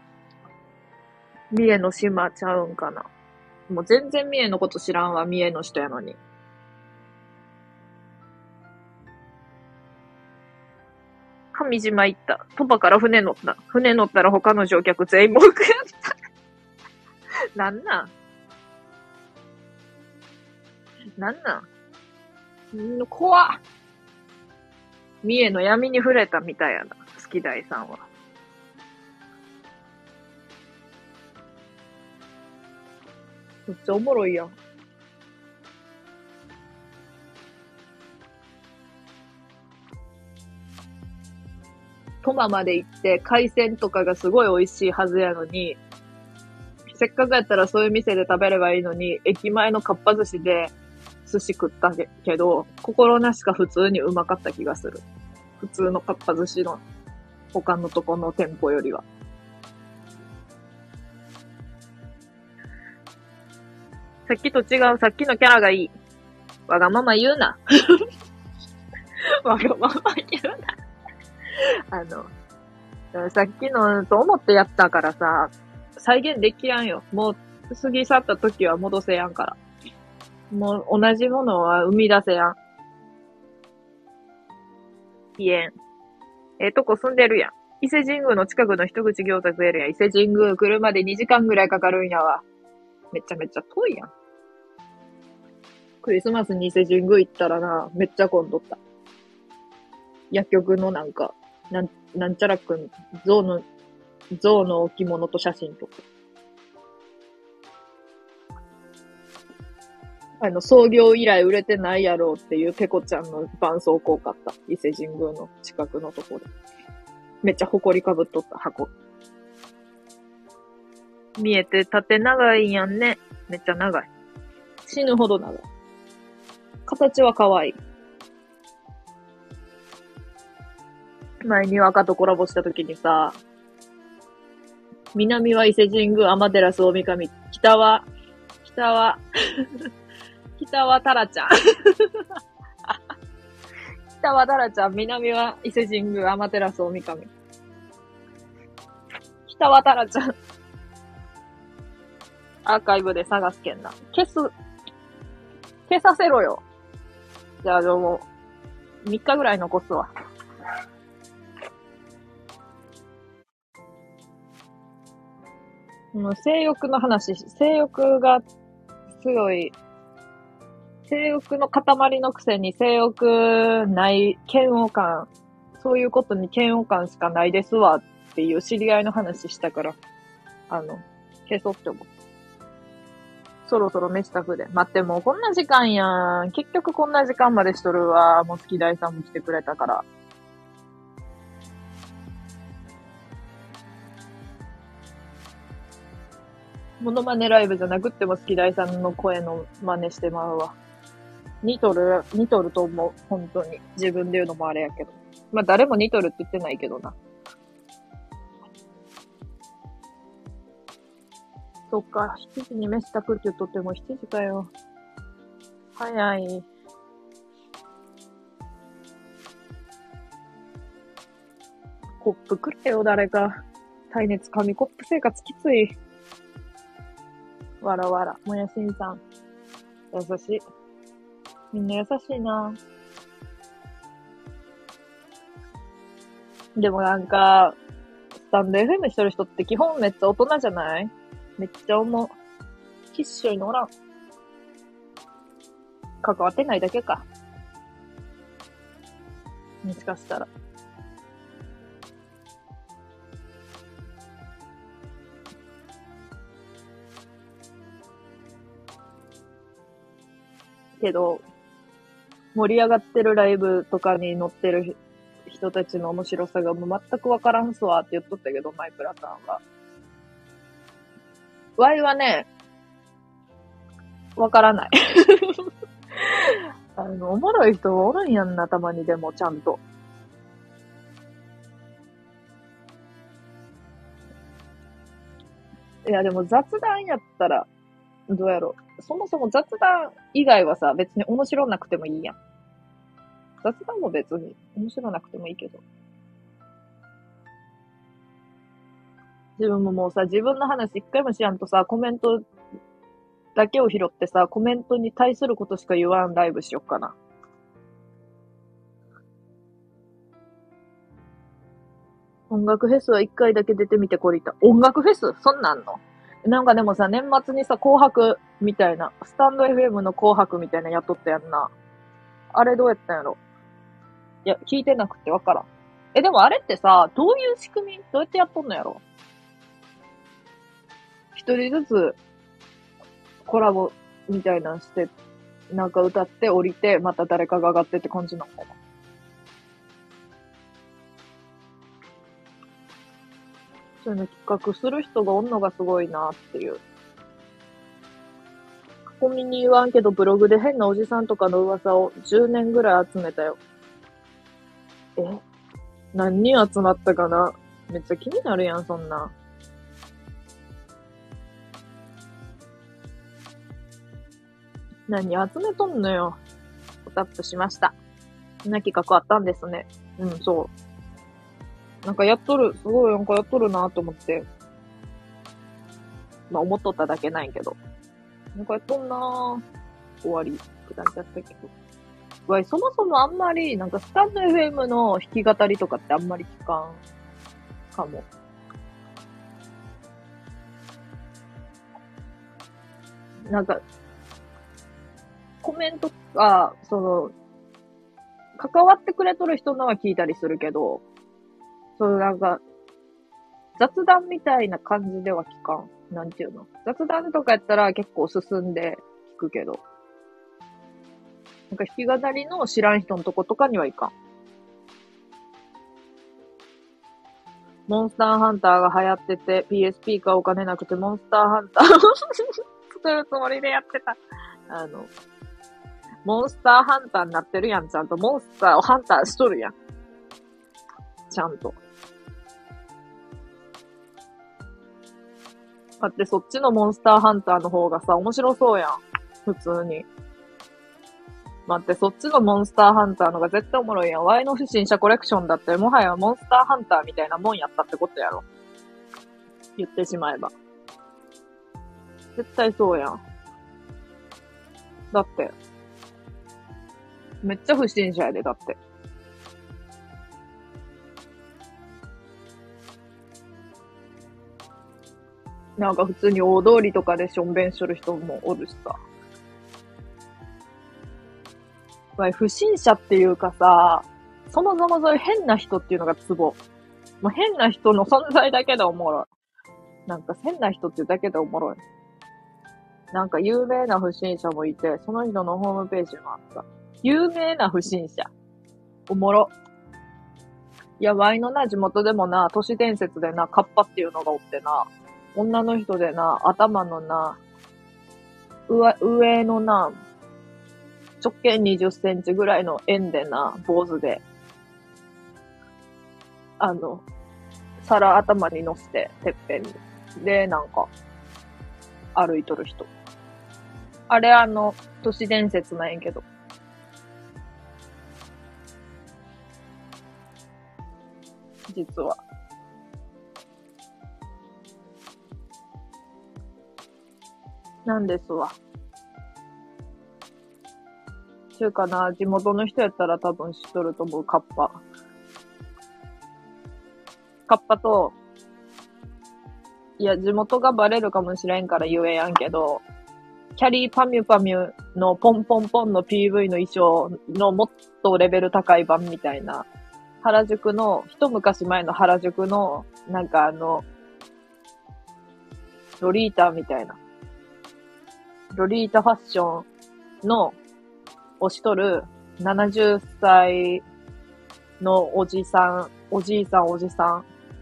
三重の島ちゃうんかな。もう全然三重のこと知らんわ、三重の人やのに。上島行った。鳥羽から船乗った。船乗ったら他の乗客全員文句やった。なんなんなんなんん怖っ。三重の闇に触れたみたいやな。好き大さんは。めっちゃおもろいやん。トマまで行って海鮮とかがすごい美味しいはずやのに、せっかくやったらそういう店で食べればいいのに、駅前のかっぱ寿司で寿司食ったけど、心なしか普通にうまかった気がする。普通のかっぱ寿司の他のとこの店舗よりは。さっきと違う、さっきのキャラがいい。わがまま言うな。わがまま言うな。あの、さっきのと思ってやったからさ、再現できやんよ。もう過ぎ去った時は戻せやんから。もう同じものは生み出せやん。ピエン。ええとこ住んでるやん。伊勢神宮の近くの一口餃子食えるやん。伊勢神宮車でにじかんぐらいかかるんやわ。めちゃめちゃ遠いやん。クリスマスに伊勢神宮行ったらな、めっちゃ混んどった。薬局のなんか、なん、なんちゃらくん、象の、象の置物と写真とか。あの、創業以来売れてないやろうっていうペコちゃんの絆創膏買った。伊勢神宮の近くのところで。めっちゃ埃かぶっとった箱。見えて縦長いんやんね。めっちゃ長い。死ぬほど長い。形は可愛い。前に若とコラボした時にさ、南は伊勢神宮、天照大神、北は、北は、北はタラちゃん。北はタラちゃん、南は伊勢神宮、天照大神。北はタラちゃん。アーカイブで探すけんな。消す。消させろよ。じゃあ、でも、みっかぐらい残すわ。もう性欲の話、性欲が強い、性欲の塊のくせに性欲ない嫌悪感、そういうことに嫌悪感しかないですわっていう知り合いの話したから、あの、消そうって思う。そろそろ飯炊くで。待って、もうこんな時間やん。結局こんな時間までしとるわ。もう月大さんも来てくれたから。 モノマネライブじゃなくっても好き大さんの声の真似してまうわ。似とる、似とると思う。本当に。自分で言うのもあれやけど。まあ誰も似とるって言ってないけどな。そっか、しちじに飯炊くって言っとってもしちじかよ。早い。コップくれよ、誰か。耐熱紙コップ生活きつい。わらわら。もやしんさん。優しい。みんな優しいな。でもなんか、スタンド エフエム してる人って基本めっちゃ大人じゃない？めっちゃ思う。キッシュにおらん。関わってないだけか。もしかしたら。けど、盛り上がってるライブとかに乗ってる人たちの面白さがもう全くわからんすわって言っとったけど、マイプラさんは。ワイはね、わからない。あの、おもろい人おるんやんな、たまにでも、ちゃんと。いや、でも雑談やったら、どうやろう。そもそも雑談以外はさ、別に面白なくてもいいやん。雑談も別に面白なくてもいいけど。自分ももうさ、自分の話一回もしやんとさ、コメントだけを拾ってさ、コメントに対することしか言わんライブしよっかな。音楽フェスは一回だけ出てみてこりた。音楽フェスそんなんの？なんかでもさ、年末にさ、紅白みたいな、スタンド エフエム の紅白みたいなやっとったやんな。あれどうやったんやろ？いや、聞いてなくてわからん。え、でもあれってさ、どういう仕組みどうやってやっとんのやろ？一人ずつコラボみたいなんして、なんか歌って降りて、また誰かが上がってって感じなのかな。そういうの企画する人がおんのがすごいなっていう。コミに言わんけど、ブログで変なおじさんとかの噂をじゅうねんぐらい集めたよ。え？何人集まったかな？めっちゃ気になるやん、そんな。何集めとんのよ。タップしました。そんな企画あったんですね。うん、そう。なんかやっとる、すごいなんかやっとるなと思って。まあ思っとっただけないけど。なんかやっとんなー。終わりって感じだったけど。わい、そもそもあんまり、なんかスタンド エフエム の弾き語りとかってあんまり聞かんかも。なんか、コメントが、その、関わってくれとる人のは聞いたりするけど、そのなんか、雑談みたいな感じでは聞かん。なんていうの？雑談とかやったら結構進んで聞くけど、なんか弾き語りの知らん人のとことかにはいかん。モンスターハンターが流行ってて、ピーエスピー 買おう金なくて、モンスターハンター作るつもりでやってた。あの、モンスターハンターになってるやん、ちゃんと。モンスターをハンターしとるやん。ちゃんと。だってそっちのモンスターハンターの方がさ、面白そうやん。普通に。待って、そっちのモンスターハンターのが絶対おもろいやん。ワイの不審者コレクションだって、もはやモンスターハンターみたいなもんやったってことやろ。言ってしまえば。絶対そうやん。だって。めっちゃ不審者やで、だって。なんか普通に大通りとかでしょんべんしとる人もおるしさ。不審者っていうかさ、そもそもそういう変な人っていうのがツボ。もう変な人の存在だけでおもろい。なんか変な人っていうだけでおもろい。なんか有名な不審者もいて、その人のホームページもあった。有名な不審者。おもろ。いや、ワイのな、地元でもな、都市伝説でな、カッパっていうのがおってな、 女の人でな、頭のな、上、上のな、直径にじゅっセンチぐらいの円でな、坊主で、あの、皿頭に乗せて、てっぺんに。で、なんか、歩いとる人。あれあの、都市伝説なんやけど。実は。なんですわ。ちゅうかな、地元の人やったら多分知っとると思う、カッパ。カッパと、いや、地元がバレるかもしれんから言えやんけど、キャリーパミュパミュのポンポンポンの ピーブイ の衣装のもっとレベル高い版みたいな、原宿の、一昔前の原宿の、なんかあの、ロリータみたいな。ロリータファッションの推しとるななじゅっさいのおじさん、おじいさんおじさん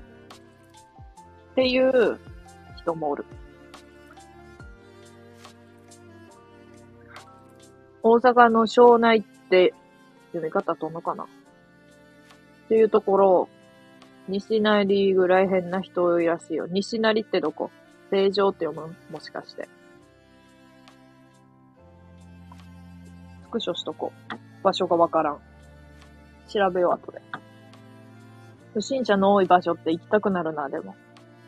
っていう人もおる。大阪の庄内って読み方とんのかなっていうところ、西成ぐらい変な人多いらしいよ。西成ってどこ？成城って読む？もしかして。スクショしとこう。場所がわからん。調べよう、後で。不審者の多い場所って行きたくなるな、でも。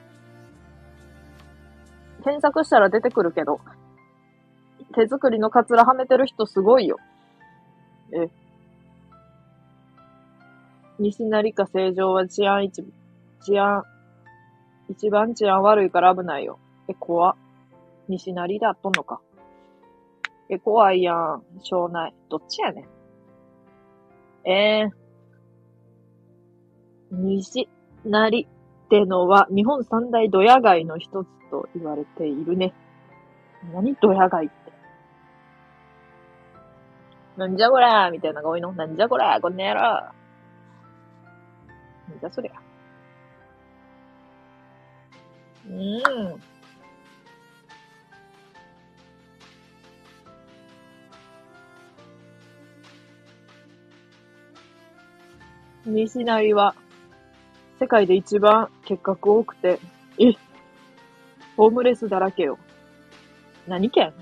検索したら出てくるけど、手作りのカツラはめてる人すごいよ。え。西成か成城は治安一、治安、一番治安悪いから危ないよ。え、怖っ。西成だっとんのか。え、怖いやん。庄内。どっちやねん。えー、西成ってのは日本三大ドヤ街の一つと言われているね。何ドヤ街って。なんじゃこらーみたいなのが多いの。なんじゃこらーこんなやろ。なんじゃそりゃ。うーん。西成は世界で一番結核多くて、え、ホームレスだらけよ。何県？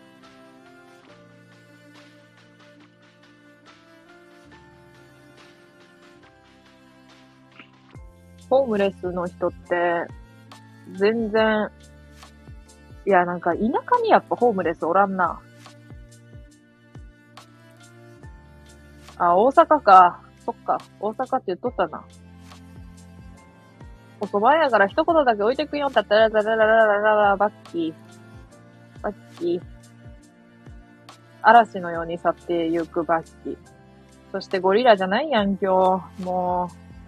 ホームレスの人って、全然、いやなんか田舎にやっぱホームレスおらんな。あ、大阪か。そっか。大阪って言っとったな。お蕎麦屋から一言だけ置いてくよ。たったらららららららバッキー。バッキー。嵐のように去ってゆくバッキー。そしてゴリラじゃないやん、今日。も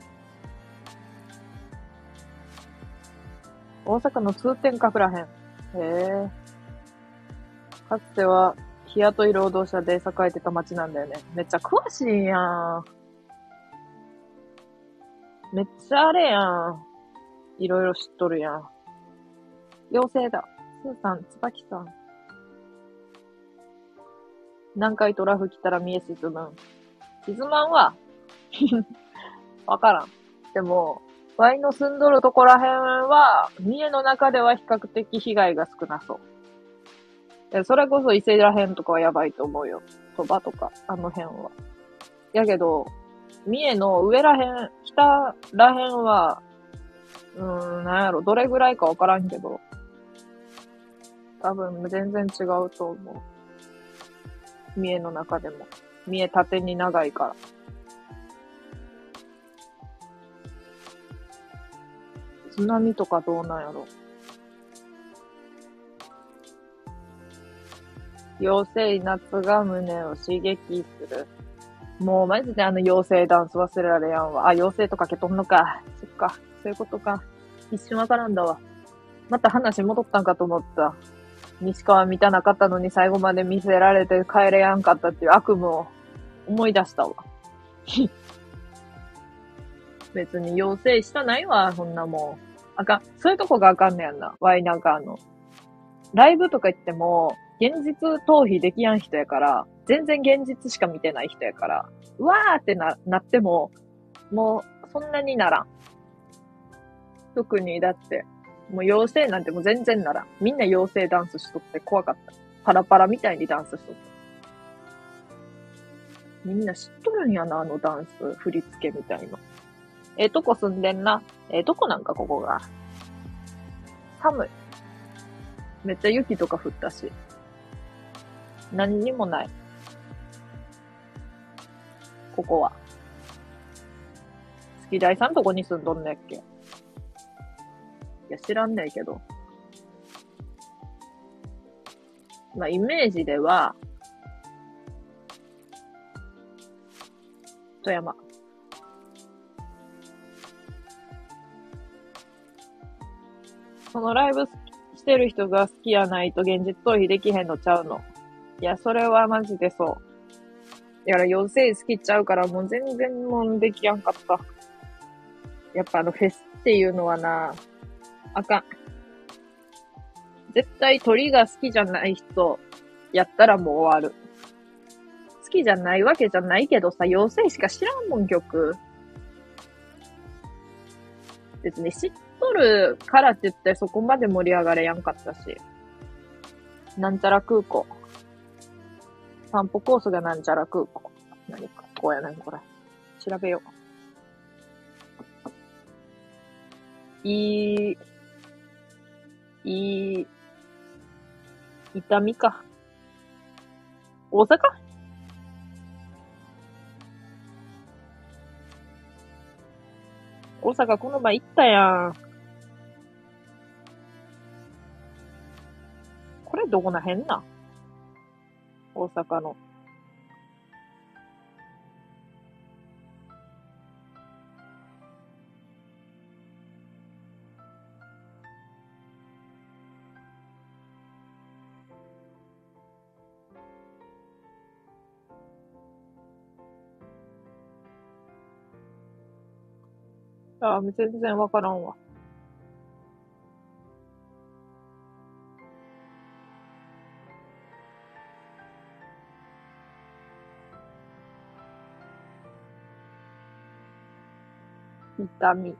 う。大阪の通天閣らへん。へえ。かつては、日雇い労働者で栄えてた街なんだよね。めっちゃ詳しいやん。めっちゃあれやん。いろいろ知っとるやん。妖精だ。スーさん、つばきさん。何回トラフ来たら見え沈むん。沈まんわ。わからん。でも、ワイの住んどるとこらへんは、三重の中では比較的被害が少なそう。それこそ伊勢らへんとかはやばいと思うよ。そばとか、あの辺は。やけど、三重の上らへん、北らへんは、うーん、なんやろ、どれぐらいかわからんけど、多分全然違うと思う。三重の中でも。三重縦に長いから。津波とかどうなんやろ。妖精夏が胸を刺激する。もうマジであの妖精ダンス忘れられやんわ。あ、妖精とかけとんのか。そっか。そういうことか。一瞬わからんだわ。また話戻ったんかと思った。西川見たなかったのに最後まで見せられて帰れやんかったっていう悪夢を思い出したわ。別に妖精したないわ、そんなもん。 あかん。そういうとこがあかんねやんな。ワイなんかあの、ライブとか行っても、現実逃避できやん人やから、全然現実しか見てない人やから、うわーってな、なっても、もう、そんなにならん。特に、だって、もう妖精なんてもう全然ならん。みんな妖精ダンスしとって怖かった。パラパラみたいにダンスしとった。みんな知っとるんやな、あのダンス、振り付けみたいな。ええとこ住んでんな。ええとこなんか、ここが。寒い。めっちゃ雪とか降ったし。何にもない。ここは。月大さんとこに住んどんねやっけ。いや、知らんねえけど。まあ、イメージでは、富山。そのライブしてる人が好きやないと現実逃避できへんのちゃうの。いや、それはマジでそう。だから妖精好きちゃうからもう全然もうできやんかった。やっぱあのフェスっていうのはな、あかん。絶対鳥が好きじゃない人やったらもう終わる。好きじゃないわけじゃないけどさ、妖精しか知らんもん曲。別に知っとるからって言ってそこまで盛り上がれやんかったし。なんちゃら空港。散歩コースがなんちゃら空港。何かこうやねん、これ。調べよう。いい、いい、痛みか。大阪大阪この前行ったやん。これどこなへんな大阪の。ああ、全然わからんわ。痛み。好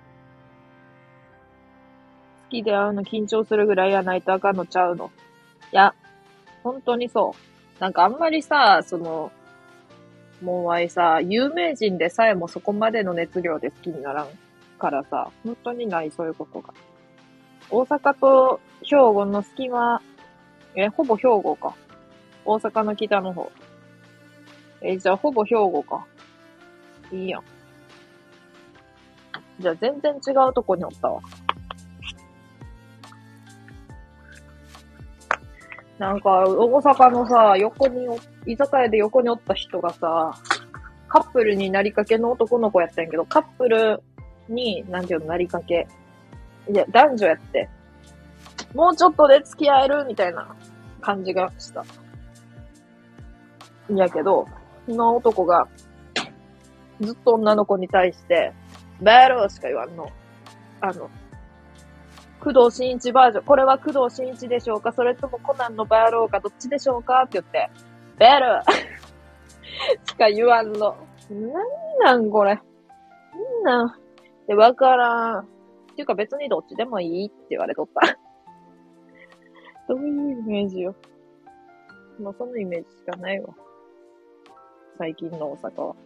きで会うの緊張するぐらいやないとあかんのちゃうの。いや、本当にそう。なんかあんまりさ、その、もうわいさ、有名人でさえもそこまでの熱量で好きにならんからさ、本当にない、そういうことが。大阪と兵庫の隙間、え、ほぼ兵庫か。大阪の北の方。え、じゃあほぼ兵庫か。いいやん。じゃあ全然違うとこにおったわ。なんか、大阪のさ、横にお、居酒屋で横におった人がさ、カップルになりかけの男の子やったんやけど、カップルに、なんていうの、なりかけ。いや、男女やって。もうちょっとで付き合えるみたいな感じがした。いやけど、その男が、ずっと女の子に対して、バローしか言わんの。あの、工藤新一バージョン。これは工藤新一でしょうか、それともコナンのバーローかどっちでしょうかって言って、バローしか言わんの。なんなんこれ。なんなん。で、わからん。っていうか別にどっちでもいいって言われとった。どういうイメージよ。まあ、そのイメージしかないわ。最近の大阪は。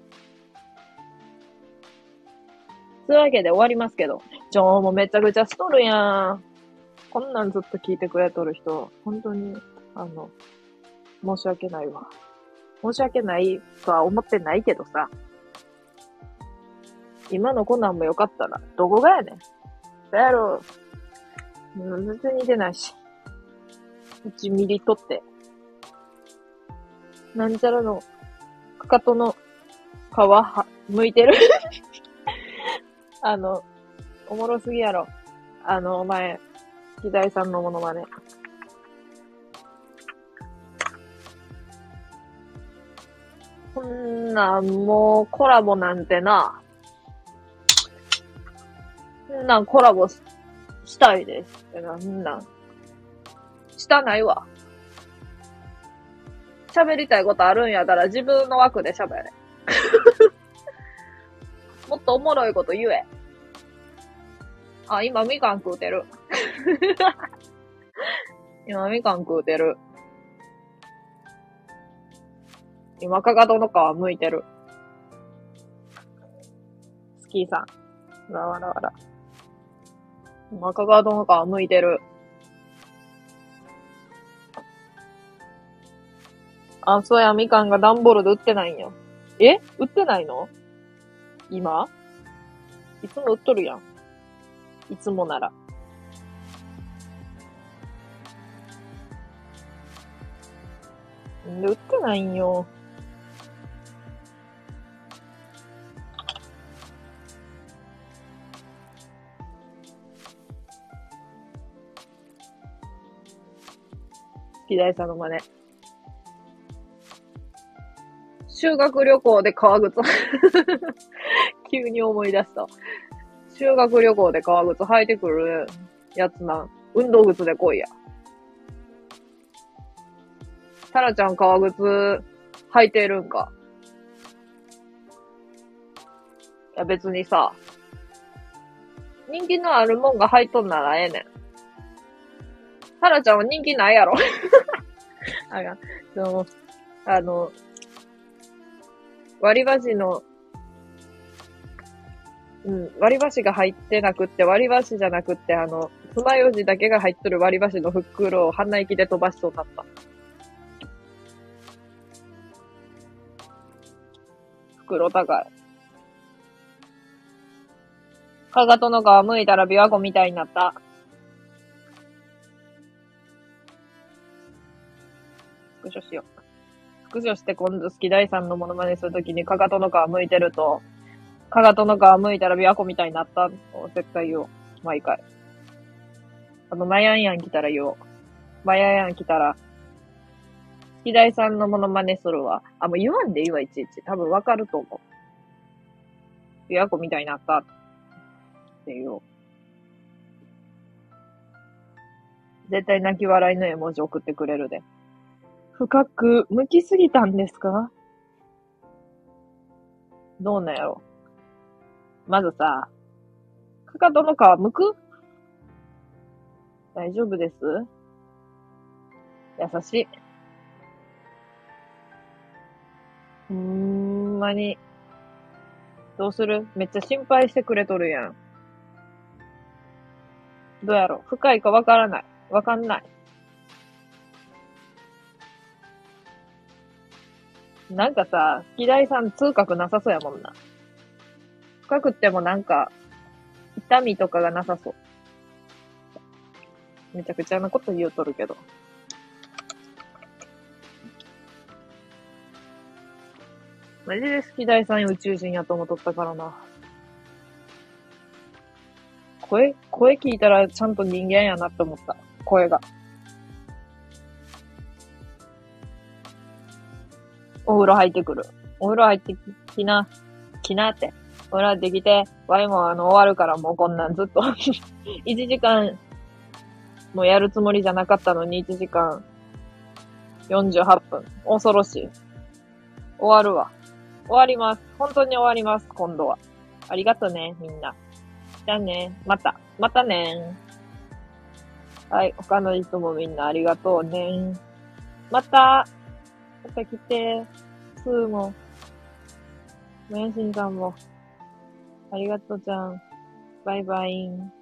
そういうわけで終わりますけど。ちょ、もうめちゃくちゃしとるやん。こんなんずっと聞いてくれとる人、本当に、あの、申し訳ないわ。申し訳ないとは思ってないけどさ。今のコナンもよかったら、どこがやねん。やろう。全然似てないし。いちミリ取って。なんちゃらの、かかとの皮は、剥いてるあの、おもろすぎやろ。あの、お前、月大さんのモノマネ。こんなんもうコラボなんてな。こんなんコラボしたいです。なんなんしたないわ。喋りたいことあるんやったら自分の枠で喋れ。もっとおもろいこと言え。あ、今みかん食うてる。今みかん食うてる。今かかとの皮剥いてる。スキーさん。わらわらわら。今かかとの皮剥いてる。あ、そうや、みかんが段ボールで売ってないんや。え売ってないの今いつも売っとるやん。いつもなら。んで売ってないんよ。木大さんの真似。修学旅行で革靴。急に思い出した。修学旅行で革靴履いてくるやつな。運動靴で来いや。タラちゃん革靴履いてるんか。いや別にさ、人気のあるもんが履いとんならええねん。タラちゃんは人気ないやろ。あが、でも、あの、割り箸の、うん、割り箸が入ってなくって、割り箸じゃなくって、あの、爪楊枝だけが入っとる割り箸の袋を鼻息で飛ばしそうになった。袋高い。かかとの皮剥いたら琵琶湖みたいになった。スクショしよう。スクショして今度好き大さんのモノマネするときにかかとの皮剥いてると、かかとの皮剥いたら琵琶湖みたいになったを絶対言おう。毎回。あの、マヤンヤン来たら言おう。マヤヤン来たら、好き大さんのモノマネするわ。あ、もう言わんでいいわ、いちいち。多分わかると思う。琵琶湖みたいになったって言おう。絶対泣き笑いの絵文字送ってくれるで。深く向きすぎたんですか？どうなんやろ。まずさ、かかとの皮剥く？大丈夫です？優しい。うーんまに。どうする？めっちゃ心配してくれとるやん。どうやろ？深いかわからない。わかんない。なんかさ、好き大さん痛覚なさそうやもんな。深くってもなんか、痛みとかがなさそう。めちゃくちゃなこと言うとるけど。マジで好き大さん宇宙人やと思っとったからな。声、声聞いたらちゃんと人間やなって思った。声が。お風呂入ってくる。お風呂入ってきな、きなって。お風呂入ってきて、ワイもあの終わるからもうこんなんずっといちじかんもやるつもりじゃなかったのにいちじかんよんじゅうはっぷん。恐ろしい。終わるわ。終わります。本当に終わります、今度は。ありがとね、みんな。じゃあね、また。またねはい、他の人もみんなありがとうねまた、また来て、スーも、もやしんさんも、ありがとうじゃん。バイバイ。